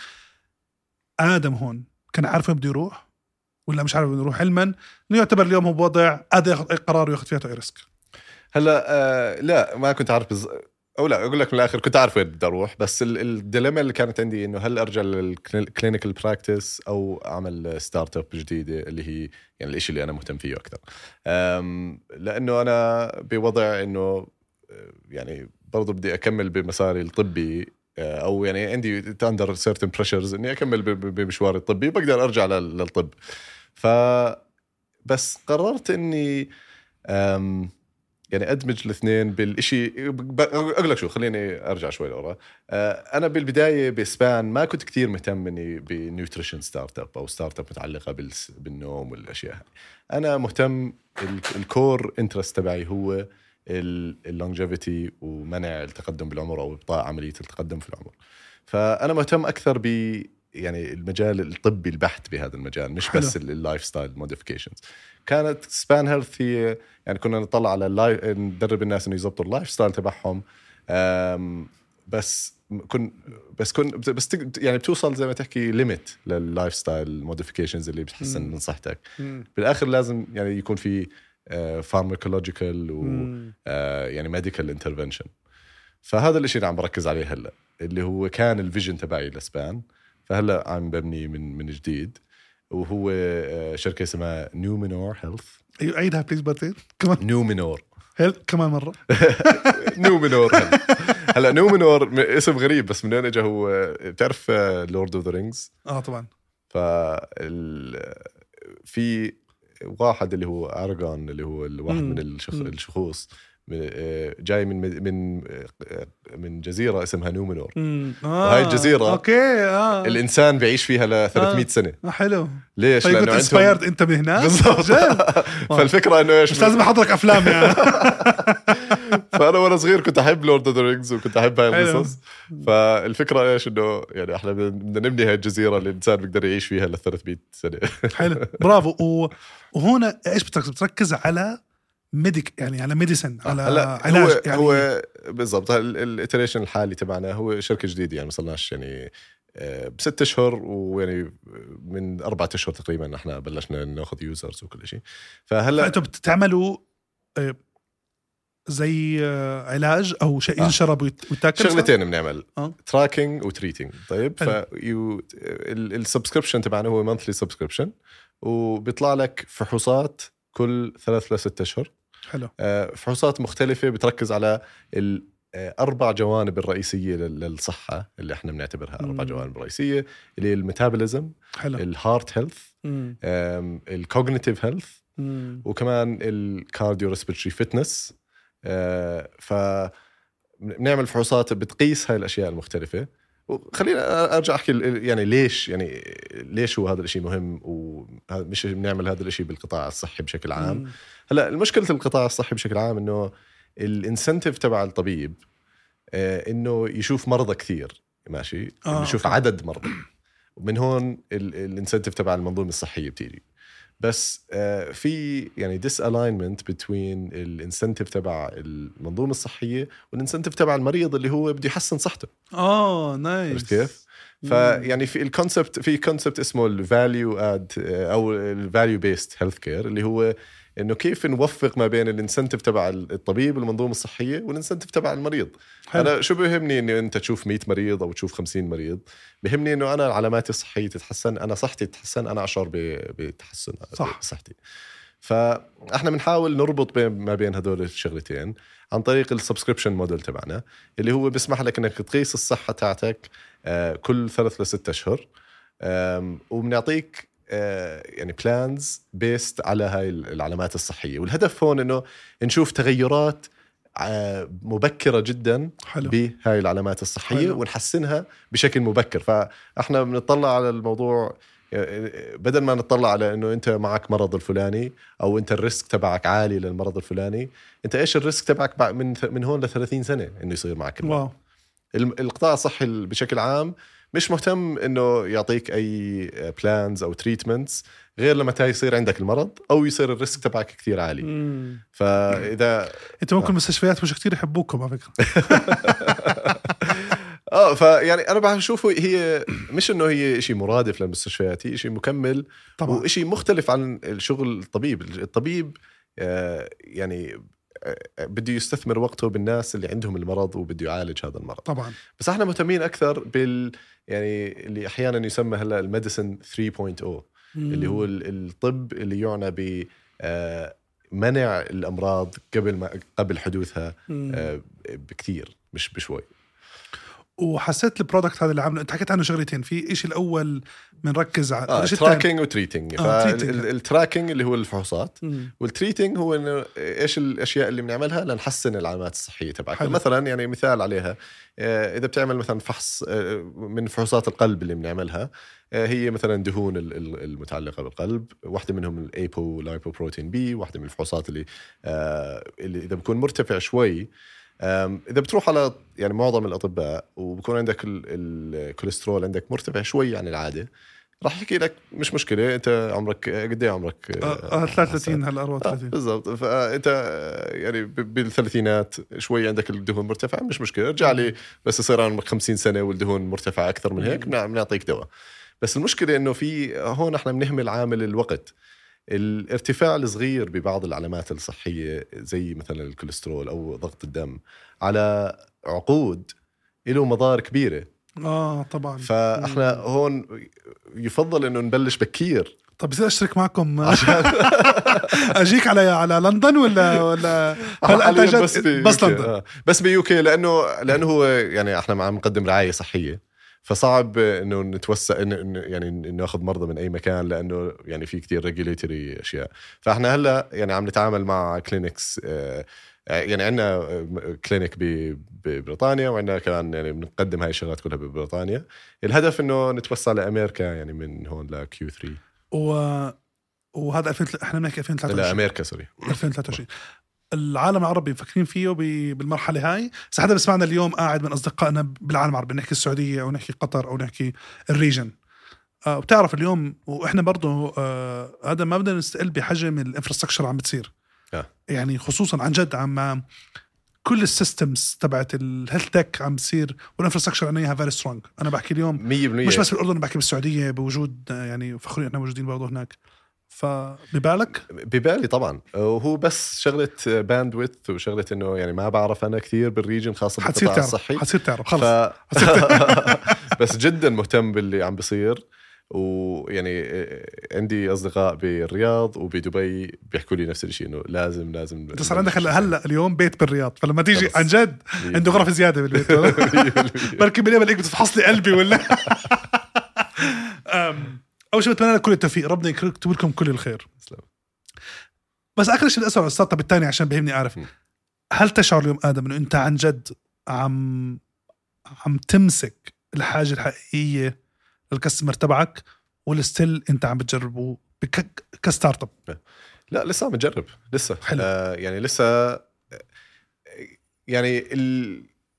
آدم هون كان عارف بده يروح ولا مش عارف بده يروح علما إنه يعتبر اليوم هو بوضع قادر ياخذ أي قرار وياخذ فيها أي ريسك. هلا آه لا ما كنت عارف بز... أو لا أقول لك من الآخر كنت عارف وين بدي أروح بس الديليما اللي كانت عندي إنه هل أرجع للكلينيكال براكتس أو أعمل ستارت أب جديدة اللي هي يعني الإشي اللي أنا مهتم فيه أكتر. لأنه أنا بوضع إنه يعني برضو بدي أكمل بمساري الطبي أو يعني عندي تاندر certain pressures إني أكمل بمشواري الطبي بقدر أرجع للطب. فبس قررت إني يعني أدمج الاثنين بالإشي. أقول لك شو خليني أرجع شوي لورا. أنا بالبداية بإسبان ما كنت كتير مهتم إني بنيوتريشن ستارت أب أو ستارت أب متعلقة بالنوم والأشياء. أنا مهتم الكور انترست تبعي هو اللونجيفيتي ومنع التقدم بالعمر أو إبطاء عملية التقدم في العمر. فأنا مهتم أكثر ب يعني المجال الطبي البحت بهذا المجال مش حلو. بس اللايف ستايل موديفيكيشنز. كانت سبان هيلث هي يعني كنا نطلع على اللايف ندرب الناس إنه يضبطوا اللايف ستايل تبعهم بس كن بس كن بس يعني بتوصل زي ما تحكي ليميت لللايف ستايل موديفيكيشنز اللي بتحسن من صحتك. بالآخر لازم يعني يكون في فارماكولوجيكال و آه يعني ميديكال انترفنشن. فهذا الاشي اللي عم بركز عليه هلا اللي هو كان الفيجن تبعي لسبان. فهلا عم ببني من من جديد وهو آه شركه اسمها نيومينور هيلث. ايوه عيدها بليز بارتين كمان. نيومينور هل كمان مره. نيومينور هلا نومينور اسم غريب، بس من وين اجى هو؟ بتعرف لورد اوف ذا رينجز؟ اه طبعا. ف في واحد اللي هو أرغون، اللي هو الواحد مم. من الشخ... مم. الشخوص جاي من من من جزيرة اسمها نومينور. آه. وهاي الجزيرة اوكي اه الإنسان بيعيش فيها ل ثلاثمية آه. سنة. آه حلو. ليش؟ فيكون لأنه انسبايرد عندهم انت من هناك بالضبط. فالفكرة إنه إيش، مش لازم احضرك افلام يعني. فأنا وأنا صغير كنت أحب لورد اوف ذا رينجز وكنت أحب هاي حلو. القصص. فالفكرة إيش إنه يعني إحنا بدنا نبني هاي الجزيرة اللي الإنسان بيقدر يعيش فيها ل ثلاثمية سنة. حلو برافو. و... وهنا ايش بتركز بتركز على ميديك يعني على ميديسن على علاج هو يعني. هو بالضبط الاتريشن الحالي تبعنا هو شركة جديدة يعني مصلناش يعني بست أشهر، ويعني من أربعة أشهر تقريبا نحن بلشنا ناخذ يوزرز وكل شيء. فهلا فأنتوا بتعملوا زي علاج أو شيء ينشرب ويتاكل؟ شغلتين بنعمل أه؟ تراكينج وتريتينج. طيب فالسبسكريبشن تبعنا هو مانثلي سبسكريبشن، وبيطلع لك فحوصات كل ثلاث لست أشهر. حلو. فحوصات مختلفة بتركز على الأربع جوانب الرئيسية للصحة اللي احنا بنعتبرها أربع جوانب رئيسية، اللي هي الميتابوليزم، الهارت هيلث، الكوجنيتيف هيلث، وكمان الكارديو ريسبيرتوري فيتنس. فبنعمل فحوصات بتقيس هاي الأشياء المختلفة. وخلينا أرجع أحكي يعني ليش يعني ليش هو هذا الشيء مهم، ومش بنعمل هذا الشيء بالقطاع الصحي بشكل عام. هلا المشكلة القطاع الصحي بشكل عام إنه الانسنتيف تبع الطبيب آه إنه يشوف مرضى كثير ماشي، آه يشوف أوكي. عدد مرضى، ومن هون الانسنتيف تبع المنظومة الصحية بتيجي. بس آه في يعني disalignment between الانسنتيف تبع المنظومة الصحية والانسنتيف تبع المريض اللي هو بده يحسن صحته. اه نايس. كيف؟ فيعني في الكونسبت في كونسبت اسمه الفاليو اد او الفاليو بيست هيلث كير، اللي هو انه كيف نوفق ما بين الانسنتيف تبع الطبيب والمنظومه الصحيه والانسنتيف تبع المريد. حلو. انا شو بيهمني انه انت تشوف مية مريض او تشوف خمسين مريض، بيهمني انه انا علاماتي الصحيه تتحسن، انا صحتي تتحسن، انا اشعر بتحسن صح. صحتي. فاحنا بنحاول نربط بين ما بين هذول الشغلتين عن طريق السبسكريبشن موديل تبعنا، اللي هو بيسمح لك انك تقيس الصحه تاعتك كل ثلاث لست اشهر، وبنعطيك يعني بلانز بيست على هاي العلامات الصحية. والهدف هون إنه نشوف تغيرات مبكرة جدا حلو. بهاي العلامات الصحية حلو. ونحسنها بشكل مبكر. فإحنا بنطلع على الموضوع بدل ما نطلع على إنه أنت معك مرض الفلاني أو أنت الريسك تبعك عالي للمرض الفلاني، أنت إيش الريسك تبعك من من هون لثلاثين سنة إنه يصير معك المرض. القطاع الصحي بشكل عام مش مهتم إنه يعطيك أي بلانز أو تريتمنتس غير لما تا يصير عندك المرض أو يصير الريسك تبعك كتير عالي. مم. فإذا أنت ممكن المستشفيات مش كتير يحبوكم على فكرة. آه فيعني أنا بشوفه هي مش إنه هي إشي مرادف للمستشفيات، هي إشي مكمل طبعا. وإشي مختلف عن الشغل الطبيب. الطبيب آه يعني بده يستثمر وقته بالناس اللي عندهم المرض وبده يعالج هذا المرض طبعا. بس احنا مهتمين اكثر بال يعني اللي احيانا يسمى هلا الميديسن ثري بوينت أو اللي هو الطب اللي يعنى ب منع الامراض قبل ما قبل حدوثها بكثير مش بشوي. وحسيت البرودكت هذا اللي عامله انت حكيت عنه شغلتين، في إشي الاول بنركز على آه تراكينج وتريتينج. فالتراكينج اللي هو الفحوصات، والتريتينج هو انه ايش الاشياء اللي بنعملها لنحسن العلامات الصحيه تبعك. مثلا يعني مثال عليها اذا بتعمل مثلا فحص من فحوصات القلب اللي بنعملها، هي مثلا دهون المتعلقه بالقلب، واحده منهم الايبو لايبوبروتين بي، واحده من الفحوصات اللي اللي اذا بكون مرتفع شوي، إذا بتروح على يعني معظم الأطباء وبكون عندك الكوليسترول عندك مرتفع شوي عن العادة، راح يحكي لك مش مشكلة، أنت عمرك قد إيه عمرك؟ آه ثلاثة وثلاثين هلا أربعة وثلاثين. آه بالضبط. فأنت يعني بالثلاثينات شوي عندك الدهون مرتفعة، مش مشكلة، رجع لي بس يصير عمرك خمسين سنة والدهون مرتفعة أكثر من هيك بنعطيك دواء. بس المشكلة إنه في هون إحنا بنهمل عامل الوقت. الارتفاع الصغير ببعض العلامات الصحية زي مثلا الكوليسترول أو ضغط الدم على عقود له مضار كبيرة. آه طبعا. فإحنا هون يفضل إنه نبلش بكير طب بصير اشترك معكم اجيك على على لندن ولا ولا هلا انت جد بس, بس لندن آه. بس بيوكي لانه لانه هو يعني احنا عم نقدم رعايه صحيه فصعب انه نتوسع انه يعني ناخذ مرضى من اي مكان لانه يعني في كتير ريجوليتوري اشياء. فاحنا هلا يعني عم نتعامل مع كلينكس آه يعني عندنا كلينيك ببريطانيا وعندنا كمان يعني بنقدم هاي الشغلات كلها ببريطانيا. الهدف انه نتوسع لامريكا يعني من هون لكيو ثري و... وهذا ألفين احنا بنحكي ألفين وثلاثة وعشرين لامريكا سوري ألفين وثلاثة وعشرين. العالم العربي مفكرين فيه بالمرحله هاي. بس حدا بسمعنا اليوم قاعد من اصدقائنا بالعالم العربي نحكي السعوديه او نحكي قطر او نحكي الريجن آه وبتعرف اليوم واحنا برضه آه هذا ما بدنا نستقل بحجم الانفراستراكشر عم بتصير آه. يعني خصوصا عن جد عم كل السيستمز تبعت الهيلث تك عم بتصير والانفراستراكشر عندنا فيري سترونج. انا بحكي اليوم مية بالمية مش بس بالاردن بحكي بالسعوديه بوجود يعني فخورين احنا موجودين برضه هناك. فببالك ببالي طبعا وهو بس شغله باندويث وشغله انه يعني ما بعرف انا كثير بالريجن خاصه بالقطاع الصحي حتصير تعرف خلص ف... بس جدا مهتم باللي عم بيصير. ويعني عندي اصدقاء بالرياض وبدبي بيحكوا لي نفس الشيء انه لازم لازم تصير عندك هلا هلا اليوم بيت بالرياض فلما تيجي عن جد عنده غرفه زياده بالبيت بركي بالليل بدك تفحص لي قلبي ولا أول شيء بتمنى لك كل التوفيق ربنا يكتب لكم كل الخير. بس آخر شيء بدي أسأل على الستارت اب الثاني عشان بهمني أعرف م. هل تشعر اليوم آدم إنه أنت عن جد عم عم تمسك الحاجة الحقيقية للكاستمر تبعك ولا ستيل أنت عم بتجربه بك كستارت اب؟ لا لسه عم بجرب لسه آه يعني لسه يعني ال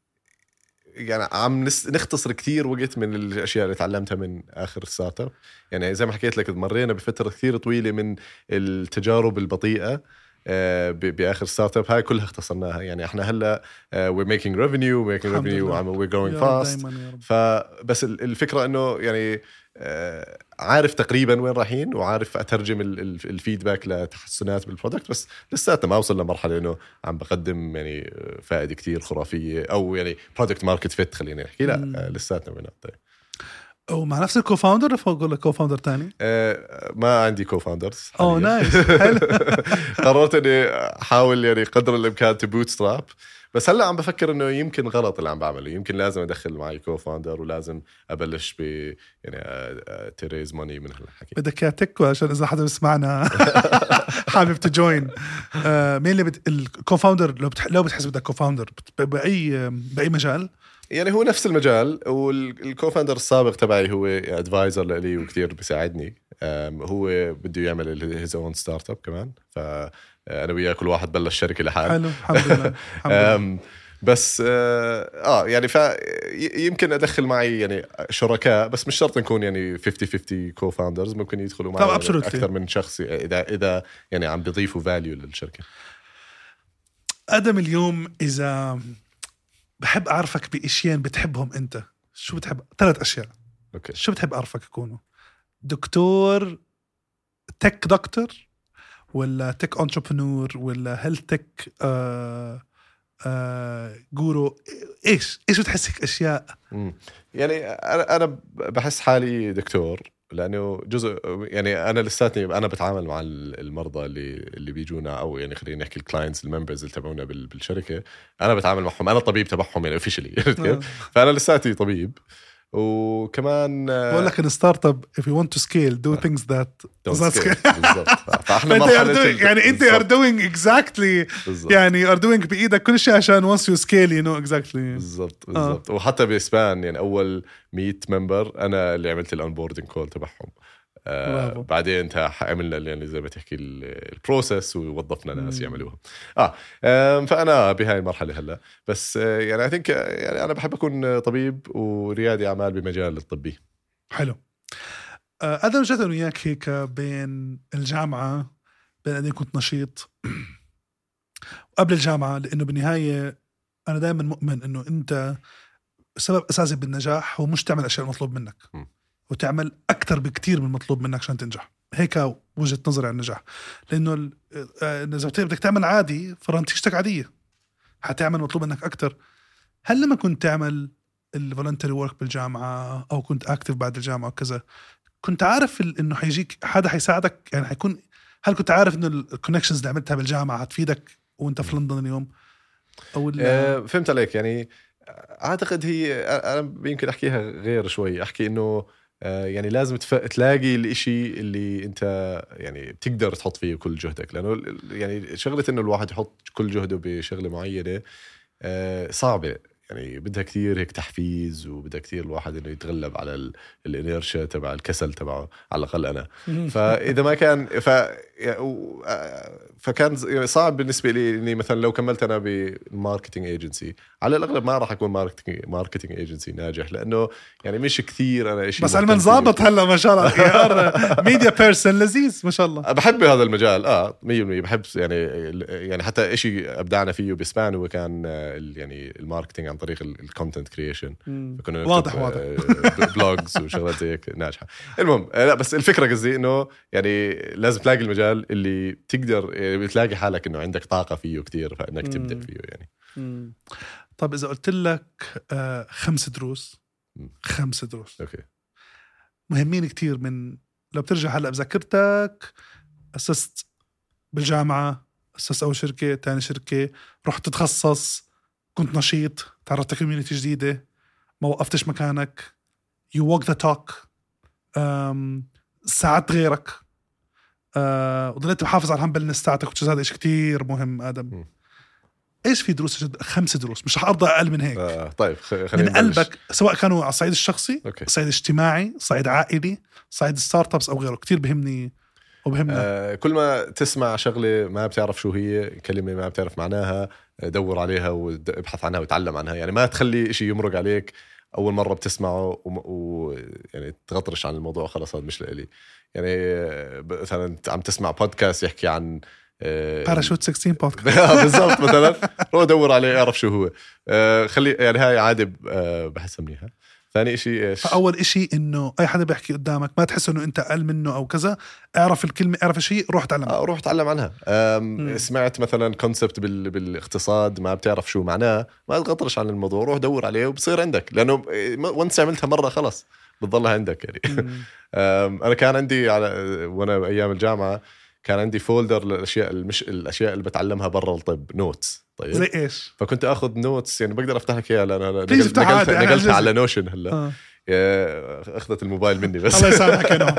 يعني عم نختصر كتير وقت من الأشياء اللي تعلمتها من آخر ستارت اب. يعني زي ما حكيت لك مرينا بفترة كثير طويلة من التجارب البطيئة بآخر ستارت اب هاي كلها اختصرناها. يعني احنا هلا we're making revenue we're making revenue and we're growing fast. فبس الفكرة انه يعني عارف تقريبا وين رايحين وعارف اترجم الفيدباك لتحسنات بالبرودكت. بس لساتنا ما وصلنا مرحله انه عم بقدم يعني فائده كتير خرافيه او يعني برودكت ماركت فيت خلينا نحكي. لا لساتنا وين. طيب ومع نفس الكوفاوندر ولا اقول لك كوفاوندر تاني؟ أه ما عندي كوفاوندرز. اوه نايس حلو. قررت اني احاول يعني قدر الامكان تبوت ستراب. بس هلا عم بفكر انه يمكن غلط اللي عم بعمله. يمكن لازم ادخل معي كوفاوندر ولازم ابلش ب يعني تريز ماني من هالحكي. بدك يا تكو عشان اذا حدا بسمعنا حابب تجوين آه مين اللي بت... الكوفاوندر لو بتح... لو بتحس بدك كوفاوندر باي باي مجال. يعني هو نفس المجال والكوفاوندر السابق تبعي هو ادفايزر لي وكتير بيساعدني. هو بده يعمل هيز اون ستارت اب كمان. ف انا وياه كل واحد بلش شركه لحاله. حلو الحمد لله, الحمد لله. بس اه يعني ف يمكن ادخل معي يعني شركاء بس مش شرط نكون يعني خمسين خمسين كوفاوندرز. ممكن يدخلوا معي يعني اكثر من شخص اذا اذا يعني عم بيضيفوا فاليو للشركه. ادم اليوم اذا بحب اعرفك باشياء بتحبهم انت شو بتحب؟ ثلاث اشياء. اوكي شو بتحب اعرفك يكونوا؟ دكتور تك دكتور ولا تك انتربرنور ولا هيلث تك آه آه جورو؟ ايش ايش بتحسك اشياء؟ مم. يعني انا انا بحس حالي دكتور لانه جزء يعني انا لساتني انا بتعامل مع المرضى اللي اللي بيجونا او يعني خلينا نحكي الكلاينتس الممبرز اللي تبعونا بالشركه. انا بتعامل معهم انا الطبيب تبعهم يعني اوفيشلي. فانا لساتي طبيب. وكمان بقول لك ان ستارت اب if you want to scale do things that don't scale. بالضبط. فاحنا يعني انت are doing exactly بالزبط. يعني are doing بايدك كل شيء عشان once you scale you know exactly. بالضبط بالضبط. آه. وحتى بإسبان يعني اول مية ممبر انا اللي عملت الانبوردنج كول تبعهم. آه بعدين انت عملنا يعني زي ما تحكي البروسيس ووظفنا ناس يعملوها. اه فانا بهاي المرحله هلا بس آه يعني I think يعني انا بحب اكون طبيب وريادي اعمال بمجال الطبي. حلو. آه انا وجدت انا وياك هيك بين الجامعه بين اني كنت نشيط وقبل الجامعه لانه بالنهايه انا دائما مؤمن انه انت سبب اساسي بالنجاح هو مش تعمل الاشياء المطلوب منك م. وتعمل أكتر بكتير من المطلوب منك عشان تنجح. هيك وجهة نظري عن النجاح. لأنه إذا بدك تعمل عادي فرنتيجتك عادية هتعمل مطلوب منك أكتر. هل لما كنت تعمل الفولنتري وورك بالجامعة أو كنت أكتف بعد الجامعة وكذا كنت عارف ال- انه حيجيك حدا حيساعدك يعني حيكون، هل كنت عارف انه الكونكشنز اللي عملتها بالجامعه هتفيدك وانت في لندن اليوم او أه فهمت عليك. يعني اعتقد هي انا يمكن احكيها غير شوي، احكي انه أه يعني لازم تف... تلاقي الاشي اللي انت يعني بتقدر تحط فيه كل جهدك، لانه يعني شغله انه الواحد يحط كل جهده بشغله معينه أه صعبه، يعني بدها كثير هيك تحفيز، وبدها كثير الواحد انه يتغلب على الانيرشيا تبع الكسل تبعه، على الاقل انا. فاذا ما كان ف فكان صعب بالنسبه لي اني مثلا لو كملت انا بالماركتينج ايجنسي، على الاغلب ما راح اكون ماركتينج ماركتينج ايجنسي ناجح، لانه يعني مش كثير انا شيء. بس علما ظابط هلا ما شاء الله يا ميديا بيرسون لذيذ ما شاء الله. بحب هذا المجال اه مية بالمية بحب، يعني يعني حتى شيء ابدعنا فيه باسبان هو كان يعني الماركتينج عن طريق الكونتنت كرييشن، كنا واضح واضح بلوجز وشغلات زي هيك ناجحه. المهم لا بس الفكره قصدي انه يعني لازم تلاقي المجال اللي تقدر يعني بتلاقي حالك انه عندك طاقه فيه كتير فانك تبدا فيه يعني. مم. طب اذا قلت لك آه خمس دروس مم. خمس دروس اوكي مهمين كتير، من لو بترجع هلا بذاكرتك، اسست بالجامعه، اسست اول شركه، تاني شركه، رحت تتخصص، كنت نشيط، تعرفت على كوميونيتي جديده، ما وقفتش مكانك، you walk the talk، ساعدت غيرك، أه وضليت محافظ على الهمبلنس تاعتك، وتشز هذا شيء كتير مهم آدم. م. ايش في دروس جد؟ خمس دروس، مش هأرضى أقل من هيك. آه طيب خلينا من قلبك، سواء كانوا على الصعيد الشخصي، أوكي. صعيد اجتماعي، صعيد عائلي، صعيد ستارت ابس او غيره، كتير بهمني وبهمنا. آه كل ما تسمع شغله ما بتعرف شو هي، كلمه ما بتعرف معناها، دور عليها وابحث عنها وتعلم عنها. يعني ما تخلي إشي يمرق عليك اول مره بتسمعه ويعني و... تغطرش عن الموضوع خلاص هذا مش لإلي. يعني مثلا عم تسمع بودكاست يحكي عن باراشوت ستة عشر بودكاست بالضبط مثلا، روح دور عليه اعرف شو هو. آه خلي يعني هاي عادي آه بحسها منيحه. ثاني إشي إيش؟ فأول إشي إنه أي حدا بيحكي قدامك ما تحس إنه أنت أقل منه أو كذا، اعرف الكلمة، اعرف الشيء، روح تعلم آه روح تعلم عنها. سمعت مثلا كونسبت بال... بالاقتصاد ما بتعرف شو معناه، ما تغطرش عن الموضوع، روح دور عليه وبصير عندك، لأنه وانت عملتها مرة خلاص بتضلها عندك يعني. أنا كان عندي على وأنا أيام الجامعة كان عندي فولدر للأشياء المش الأشياء اللي بتعلمها برا الطب، نوتس. طيب زي إيش؟ فكنت أخذ نوتس، يعني بقدر أفتح لك إياها، لأن أنا نقلت نقلتها, نقلتها على نوشن هلا. آه. أخذت الموبايل مني بس. الله يسامحك أنا.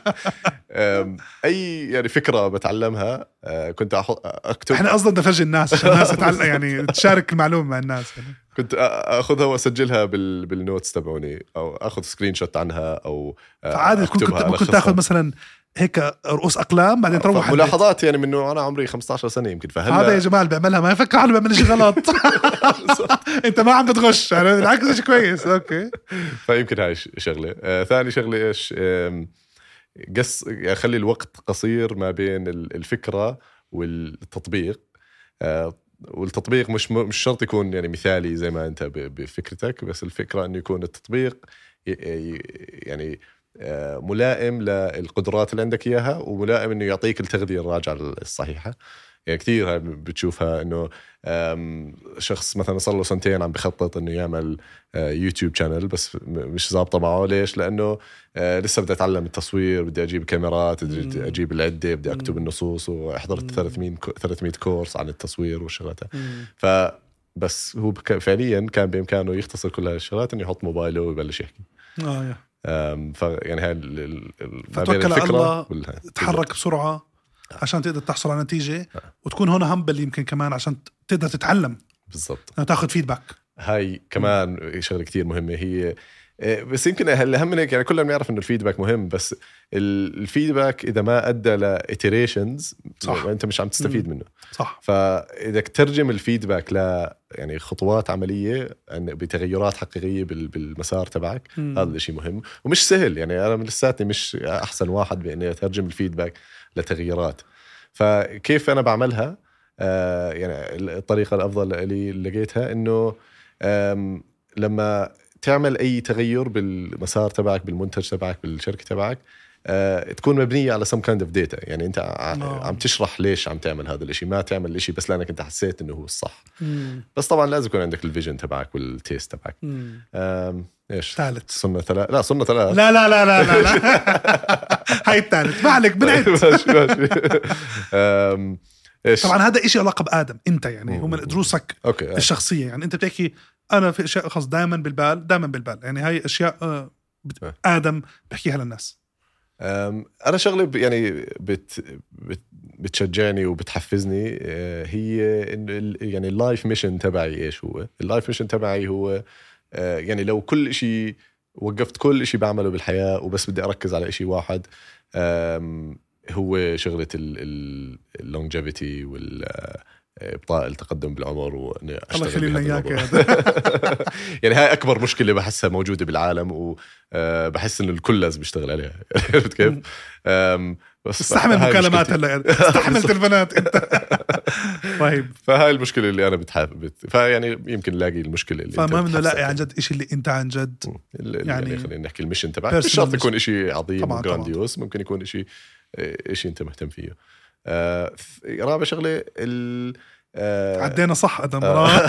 أي يعني فكرة بتعلمها كنت أحط أكتب. إحنا قصدنا نفرج الناس عشان الناس تتعلم يعني تشارك المعلومة مع الناس يعني. كنت أخذها وأسجلها بال بالنوتس تبعوني، أو أخذ سكرين شوت عنها، أو فعادي كنت كنت تأخذ مثلا هيك رؤوس أقلام بعدين تروح ملاحظات، يعني منه أنا عمري خمسة عشر سنة يمكن. فهلا هذا يا جماعة اللي بيعملها ما يفكر حاله بيعمل شيء غلط. أنت ما عم بتغش، يعني بالعكس شيء كويس. أوكي فيمكن هاي شغلة. آه ثاني شغلة إيش؟ قص يعني خلي الوقت قصير ما بين الفكرة والتطبيق. آه والتطبيق مش مش شرط يكون يعني مثالي زي ما أنت بفكرتك، بس الفكرة إنه يكون التطبيق يعني ملائم للقدرات اللي عندك إياها، وملائم إنه يعطيك التغذية الراجعة الصحيحة. يعني كثير بتشوفها إنه شخص مثلا صار له سنتين عم بخطط إنه يعمل يوتيوب شانل، بس مش ضابطة معه. ليش؟ لأنه لسه بدي أتعلم التصوير، بدي أجيب كاميرات، بدي أجيب العدة، بدي أكتب النصوص، وحضرت ثلاثمية كورس عن التصوير والشغلات. ف بس هو فعليا كان بإمكانه يختصر كل هذه الشغلات إنه يحط موبايله ويبلش يحكي. آه ف يعني هاي فتوكل على الله، تحرك بسرعة عشان تقدر تحصل على نتيجة، وتكون هنا همبل يمكن كمان عشان تقدر تتعلم بالضبط، تاخذ فيدباك. هاي كمان شغلة كتير مهمة هي. بس يمكن الأهم من هيك، يعني كلنا بنعرف إنه الفيدباك مهم، بس الفيدباك إذا ما أدى لإتريشنز أنت مش عم تستفيد منه. صح. فإذا ترجم الفيدباك ل يعني خطوات عملية بتغيرات حقيقية بالمسار تبعك، هذا الشيء مهم ومش سهل. يعني أنا لساتني مش أحسن واحد بإني أترجم الفيدباك لتغييرات. فكيف أنا بعملها؟ آه يعني الطريقة الأفضل اللي لقيتها إنه لما تعمل أي تغير بالمسار تبعك، بالمنتج تبعك، بالشركة تبعك، آه تكون مبنيه على some kind of data. يعني انت آه. عم تشرح ليش عم تعمل هذا الاشي، ما تعمل الاشي بس لانك انت حسيت انه هو الصح. مم. بس طبعا لازم يكون عندك الفيجن تبعك والتيست تبعك. مم. ايش ثالث صرنا ثلاث؟ لا صرنا ثلاث. لا لا لا لا لا, لا. هاي الثالث ما عليك بنعد. ماشي ماشي. أم... إيش؟ طبعا هذا إشي علاقة بآدم انت، يعني مم. هم دروسك أوكي. الشخصية. يعني انت بتحكي انا في اشياء خاص دائما بالبال دائما بالبال يعني هاي اشياء آه بت... أه. آدم بحكيها للناس. أم... انا شغله ب... يعني بت... بت... بتشجعني وبتحفزني آه هي انه ال... يعني اللايف ميشن تبعي ايش هو؟ اللايف ميشن تبعي هو آه يعني لو كل إشي وقفت كل إشي بعمله بالحياة وبس بدي أركز على إشي واحد، هو شغلة اللونجيفيتي والإبطاء التقدم بالعمر وإني أشتغل بهذا الموضوع. يعني هاي أكبر مشكلة بحسها موجودة بالعالم، وبحس إنه الكل لازم يشتغل عليها. عرفت كيف؟ بس استحمل مكالمات هلا يعني استحملت البنات انت. طيب فهاي المشكله اللي انا بتحب فيعني يمكن لاقي المشكله اللي فما انه لا عن جد شيء اللي انت عن جد يعني, يعني خلينا نحكي الميشن تبعك مش شرط يكون شيء عظيم وجرانديوس، ممكن يكون شيء شيء انت مهتم فيه. آه رابع شغله ال آه عدينا صح ادم.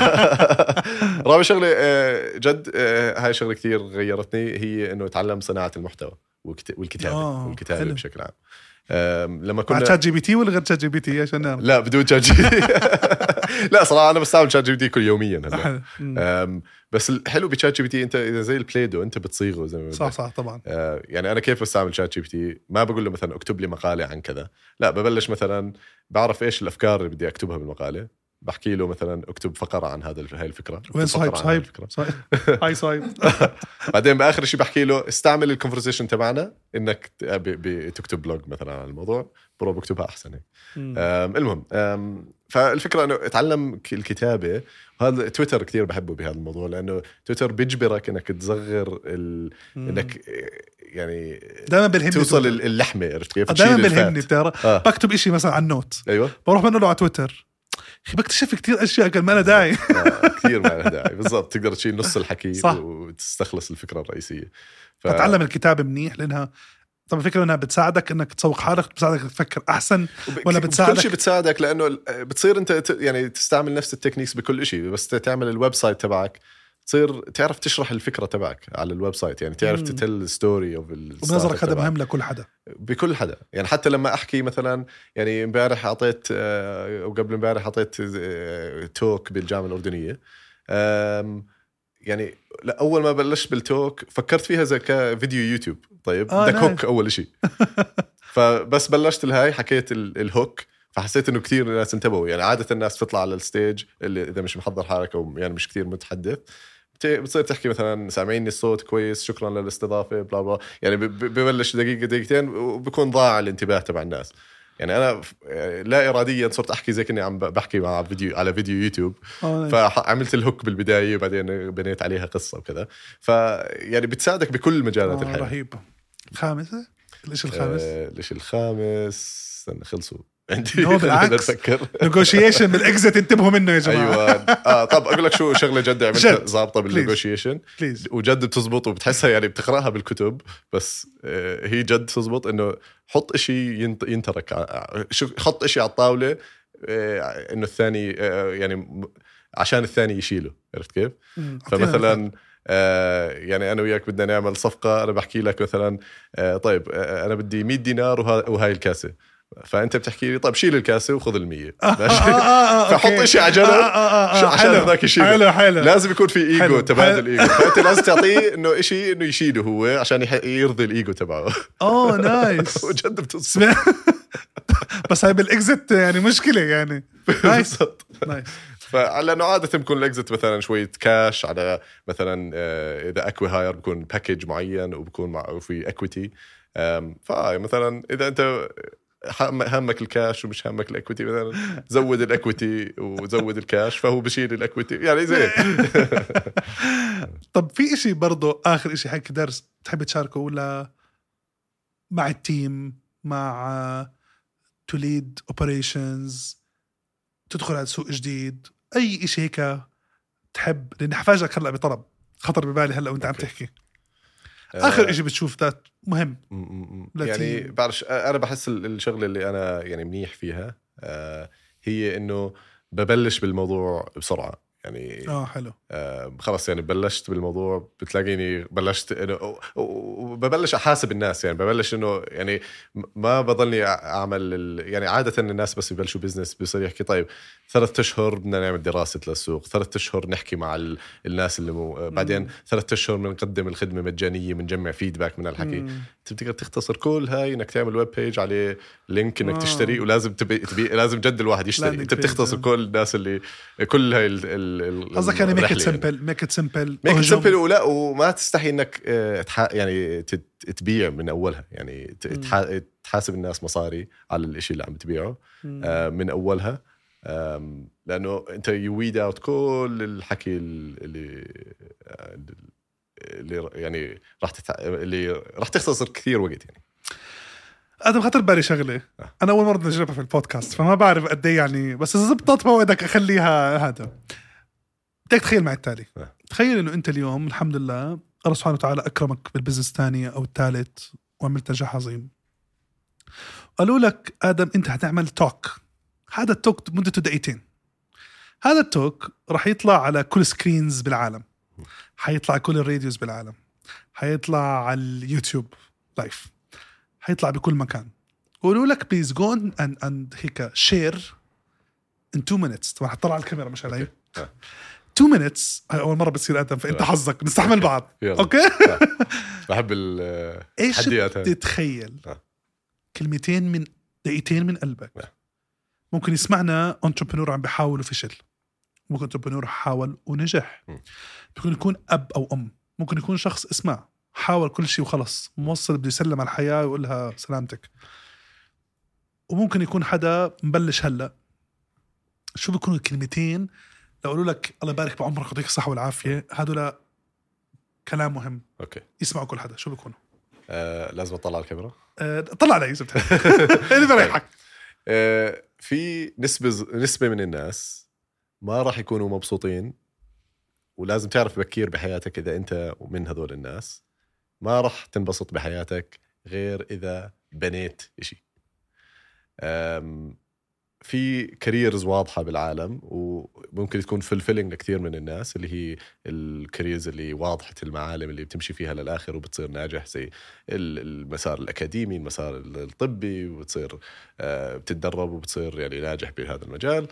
آه رابع شغله آه جد آه هاي شغله كتير غيرتني، هي انه اتعلم صناعه المحتوى والكتابه آه والكتابه حلو. بشكل عام. لما كنا شات جي بي تي ولا غير شات جي بي تي عشان نعرف؟ لا بدون شات جي بي تي. لا صراحه انا بستعمل شات جي بي تي كل يوميا هلا. بس الحلو بشات جي بي تي انت اذا زي البلايدو انت بتصيغه زي ما صح صح طبعا. آه يعني انا كيف بستعمل شات جي بي تي؟ ما بقول له مثلا اكتب لي مقاله عن كذا، لا ببلش مثلا بعرف ايش الافكار اللي بدي اكتبها بالمقاله، بحكي له مثلا اكتب فقره عن هذا هاي الفكره. وين صايب صايب هاي صايب. بعدين باخر شيء بحكي له استعمل الكونفرسيشن تبعنا انك تكتب بلوج مثلا عن الموضوع، برو بكتبها احسن. المهم فالفكره انه اتعلم الكتابه. هذا تويتر كتير بحبه بهذا الموضوع، لانه تويتر بيجبرك انك تصغر ال... انك يعني دائما بالهمني توصل اللحمه، عرفت كيف؟ دائما بالهمني بتعرف آه. بكتب إشي مثلا عن نوت، ايوه بروح منه على تويتر اخي بكتشف كتير اشياء كان ما لها داعي. آه كثير ما لها داعي بالضبط. تقدر تشيل نص الحكي صح. وتستخلص الفكره الرئيسيه. ف... فتعلم الكتابه منيح لانها طبعا فكره انها بتساعدك انك تسوق حالك، بتساعدك تفكر احسن ولا بتساعدك كل شيء بتساعدك، لانه بتصير انت يعني تستعمل نفس التكنيكس بكل شيء، بس تعمل الويب سايت تبعك تصير تعرف تشرح الفكره تبعك على الويب سايت، يعني تعرف تتل ستوري اوف وبنظرك هذا مهم لكل حدا بكل حدا. يعني حتى لما احكي مثلا يعني امبارح اعطيت او قبل امبارح اعطيت توك بالجامعه الاردنيه، يعني اول ما بلشت بالتوك فكرت فيها زي كفيديو يوتيوب. طيب آه بدك هوك اول شيء. فبس بلشت الهاي حكيت الهوك، فحسيت انه كثير الناس انتبهوا. يعني عاده الناس تطلع على الستيج اللي اذا مش محضر حالك او يعني مش كثير متحدث بتصير تحكي مثلا سامعيني الصوت كويس، شكرا للاستضافه بلا بلا، يعني ببلش دقيقه دقيقتين وبكون ضاع الانتباه تبع الناس. يعني انا لا اراديا صرت احكي زي كني عم بحكي مع فيديو على فيديو يوتيوب، فعملت الهوك بالبدايه وبعدين بنيت عليها قصه وكذا. فيعني بتساعدك بكل مجالات آه الحياه. رهيب. خامسه الاشي الخامس آه الاشي الخامس استنى خلصوا عندي. بالعكس نيغوشيشن بالاكزيت انتبهوا منه يا جماعه. ايوه اه طب اقول لك شو شغله جد عملتها ظابطه بالنيغوشيشن وجد بتزبط وبتحسها يعني بتقراها بالكتب بس آه هي جد تزبط. انه حط اشي ينترك، حط اشي على الطاوله آه انه الثاني آه يعني عشان الثاني يشيله، عرفت كيف؟ فمثلا آه يعني أنا وياك بدنا نعمل صفقة، أنا بحكي لك مثلا آه طيب آه أنا بدي مية دينار وها وهاي الكاسة، فأنت بتحكي لي طيب شيل الكاسة وخذ المية. فحط إشي على جنب عشان هذاك يشيله. لازم يكون في إيجو تبادل إيجو، فأنت لازم تعطيه إنه إشي إنه يشيله هو عشان يرضي الإيجو تبعه. أوه نايس. وجد بتصير بس هاي بالإكزت يعني مشكلة يعني. نايس نايس. فعلى عادة بكون الإكزت مثلا شوية كاش على مثلا إذا أكوي هاير بكون باكيج معين وبكون مع في إكويتي. فمثلا إذا أنت همك الكاش ومش همك الإكويتي مثلا زود الإكويتي وزود الكاش فهو بشيل الإكويتي يعني زي. طب في إشي برضو آخر إشي هيك درس تحب تشاركه ولا مع التيم مع توليد اوبريشنز تدخل على سوق جديد اي شيء هيك تحب؟ لاني حفاجئك هلا بطلب خطر ببالي هلا وانت عم تحكي. اخر شيء بتشوف ذات مهم يعني بعرف انا بحس الشغله اللي انا يعني منيح فيها آه هي انه ببلش بالموضوع بسرعه يعني اه حلو آه خلاص يعني بلشت بالموضوع بتلاقيني بلشت انه وببلش احاسب الناس يعني ببلش انه يعني ما بضلني اعمل يعني عاده الناس بس يبلشوا بزنس بيصير يحكي طيب ثلاث اشهر بدنا نعمل دراسه للسوق ثلاث اشهر نحكي مع الناس اللي مو بعدين ثلاث اشهر بنقدم الخدمه مجانيه بنجمع فيدباك من الحكي انت بتقدر تختصر كل هاي انك تعمل ويب بيج عليه لينك انك آه. تشتري ولازم تبي, تبي لازم جد الواحد يشتري انت بتختصر كل الناس اللي كل هاي قصدك يعني ميك ات سمبل ميك ات سمبل ميك ات سمبل ولا وما تستحي انك يعني تبيع من اولها يعني تحاسب الناس مصاري على الاشي اللي عم تبيعه من اولها لانه انت يويد اوت كل الحكي اللي اللي يعني راح تتع... اللي راح تختصر كثير وقت يعني. ادم خطر بالي شغله انا اول مره نجربها في البودكاست فما بعرف قد ايه يعني بس اذا زبطت موعدك اخليها هذا. بدك تخيل معي التالي أه. تخيل انه انت اليوم الحمد لله الله سبحانه وتعالى اكرمك بالبزنس الثاني او الثالث وعملت نجاح عظيم قالوا لك ادم انت هتعمل توك هذا التوك مدته دقيقتين هذا التوك راح يطلع على كل سكرينز بالعالم حيطلع كل الراديوز بالعالم حيطلع على اليوتيوب لايف حيطلع بكل مكان قولوا لك بليز جو اند اند هيك شير ان تو مينتس طبعا حطلع على الكاميرا مش علي تو مينتس اول مره بتصير ادم فانت حظك نستحمل بعض اوكي بحب ال ايش تتخيل كلمتين من دقيقتين من قلبك ممكن يسمعنا انتربرنور عم بيحاول وفشل ممكن انتربرنور حاول ونجح ممكن يكون اب او ام ممكن يكون شخص اسمع حاول كل شيء وخلص موصل بده يسلم على الحياه ويقولها سلامتك وممكن يكون حدا مبلش هلا شو بيكونوا الكلمتين لو قالوا لك الله يبارك بعمرك ويعطيك الصحه والعافيه هذول كلام مهم اوكي يسمعوا كل حدا شو بيكونوا آه لازم اطلع على الكاميرا آه طلع علي زبط اللي بريحك آه في نسبه نسبه من الناس ما راح يكونوا مبسوطين ولازم تعرف بكير بحياتك إذا أنت من هذول الناس ما راح تنبسط بحياتك غير إذا بنيت إشي في كاريرز واضحة بالعالم وممكن تكون فلفيلينج لكثير من الناس اللي هي الكاريرز اللي واضحة المعالم اللي بتمشي فيها للآخر وبتصير ناجح زي المسار الأكاديمي المسار الطبي وبتصير بتتدرب وبتصير يعني ناجح بهذا المجال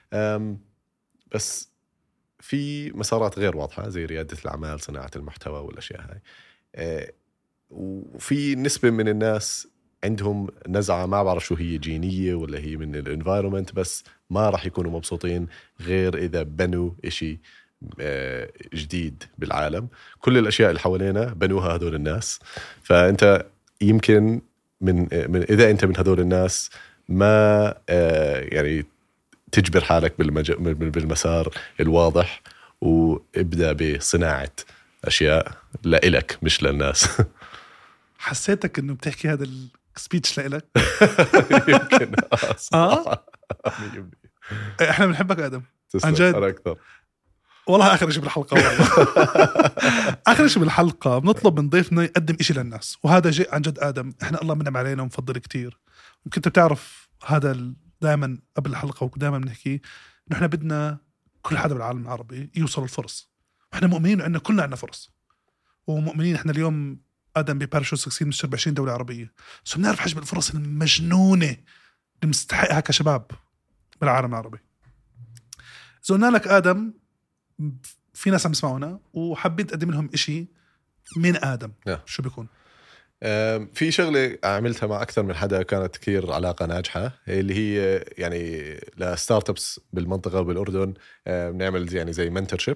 بس في مسارات غير واضحة زي ريادة الأعمال صناعة المحتوى والأشياء هاي أه وفي نسبة من الناس عندهم نزعة ما بعرف شو هي جينية ولا هي من الانفايرومنت بس ما راح يكونوا مبسوطين غير إذا بنوا إشي أه جديد بالعالم كل الأشياء اللي حوالينا بنوها هذول الناس فأنت يمكن من, من إذا أنت من هذول الناس ما أه يعني تجبر حالك بالمج... بالمسار الواضح وابدأ بصناعة أشياء لإلك مش للناس. حسيتك إنه بتحكي هذا السبيتش لإلك؟ يمكن آه إحنا بنحبك آدم عن جد أكثر والله آخر شيء بالحلقة والله. آخر شيء بالحلقة بنطلب من ضيفنا يقدم إشي للناس وهذا جاء عن جد آدم إحنا الله منعم علينا ونفضل كتير ممكن أنت بتعرف هذا ال... دائما قبل الحلقة ودائما بنحكي إنه إحنا بدنا كل حدا بالعالم العربي يوصل الفرص وإحنا مؤمنين إنه كلنا عنا فرص ومؤمنين إحنا اليوم آدم بباراشوت سكسين مشتر بعشرين دولة عربية بس بنعرف حجم الفرص المجنونة اللي مستحقها كشباب بالعالم العربي. زولنا لك آدم في ناس عم يسمعونا وحابين تقدم لهم إشي من آدم yeah. شو بيكون؟ في شغلة عملتها مع أكثر من حدا كانت كثير علاقة ناجحة اللي هي يعني لستارت ابس بالمنطقة بالأردن بنعمل يعني زي منتورشيب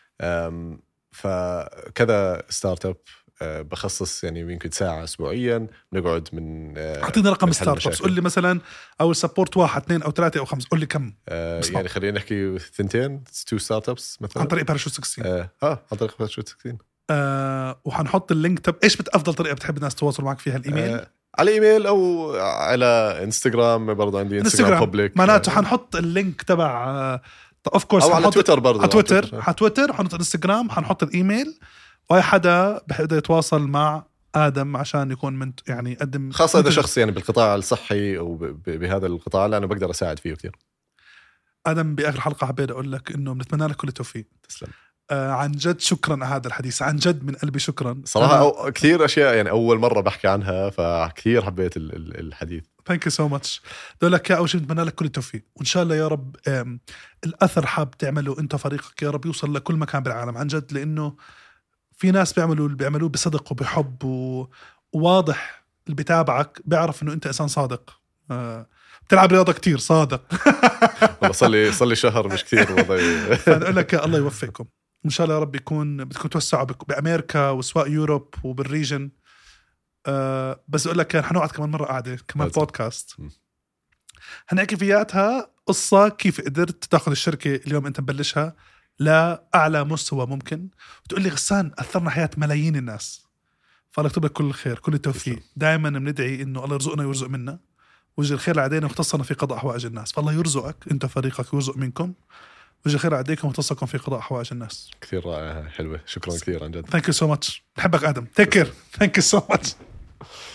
فكذا ستارت اب بخصص يعني يمكن ساعة أسبوعيا نقعد من أعطينا رقم ستارت ابس قل لي مثلا أو سبورت واحد اثنين أو ثلاثة أو خمسة قل لي كم آه يعني خلينا نحكي ثنتين تو ستارت ابس مثلا عن طريق باراشوت سكسين آه, آه عن طريق باراشوت سكسين آه وحنحط اللينك. طب إيش بتأفضل طريقة بتحب الناس تواصل معك فيها الإيميل آه على إيميل أو على إنستغرام برضه عندي إنستغرام بابليك معناته حنحط اللينك تبع آه اوف كورس او على تويتر برضه على تويتر على تويتر حنحط الانستغرام حنحط الايميل واي حدا بحدا يتواصل مع آدم عشان يكون من يعني يقدم خاصة هذا شخص يعني بالقطاع الصحي أو بهذا القطاع لأنه بقدر أساعد فيه كتير. آدم بآخر حلقة حبيت أقول لك إنه بنتمنى لك كل التوفيق. تسلم. آه عن جد شكرا على هذا الحديث، عن جد من قلبي شكرا صراحة أو كثير أشياء يعني أول مرة بحكي عنها فكثير حبيت الحديث. Thank you so much. دول لك يا أول شيء بنتمنى لك كل التوفيق وإن شاء الله يا رب الأثر حاب تعمله أنت فريقك يا رب يوصل لكل مكان بالعالم عن جد، لأنه في ناس بيعملوا اللي بيعملوه بصدق وبحب و... وواضح اللي بيتابعك بيعرف إنه أنت إنسان صادق. آه بتلعب رياضة كتير صادق. والله صلي صلي شهر مش كتير والله. فنقول لك الله يوفقكم إن شاء الله يا رب يكون بدكم توسعوا بأمريكا وسواء يوروب وبالريجن. أه بس أقول لك حنقعد كمان مرة قاعدة كمان بودكاست هنحكي فياتها قصة كيف قدرت تاخذ الشركة اليوم أنت مبلشها لأعلى مستوى ممكن وتقول لي غسان أثرنا حياة ملايين الناس. فالله يكتب لك كل الخير كل التوفيق. دائما بندعي إنه الله يرزقنا ويرزق منا وجه الخير علينا واختصنا في قضاء حوائج الناس. فالله يرزقك أنت فريقك ويرزق منكم وجه الخير عليكم واختصكم في قضاء حوائج الناس. كثير رائعة حلوة. شكرا كثير عن جد. Thank you so much. بحبك آدم. Take care. Thank you so much.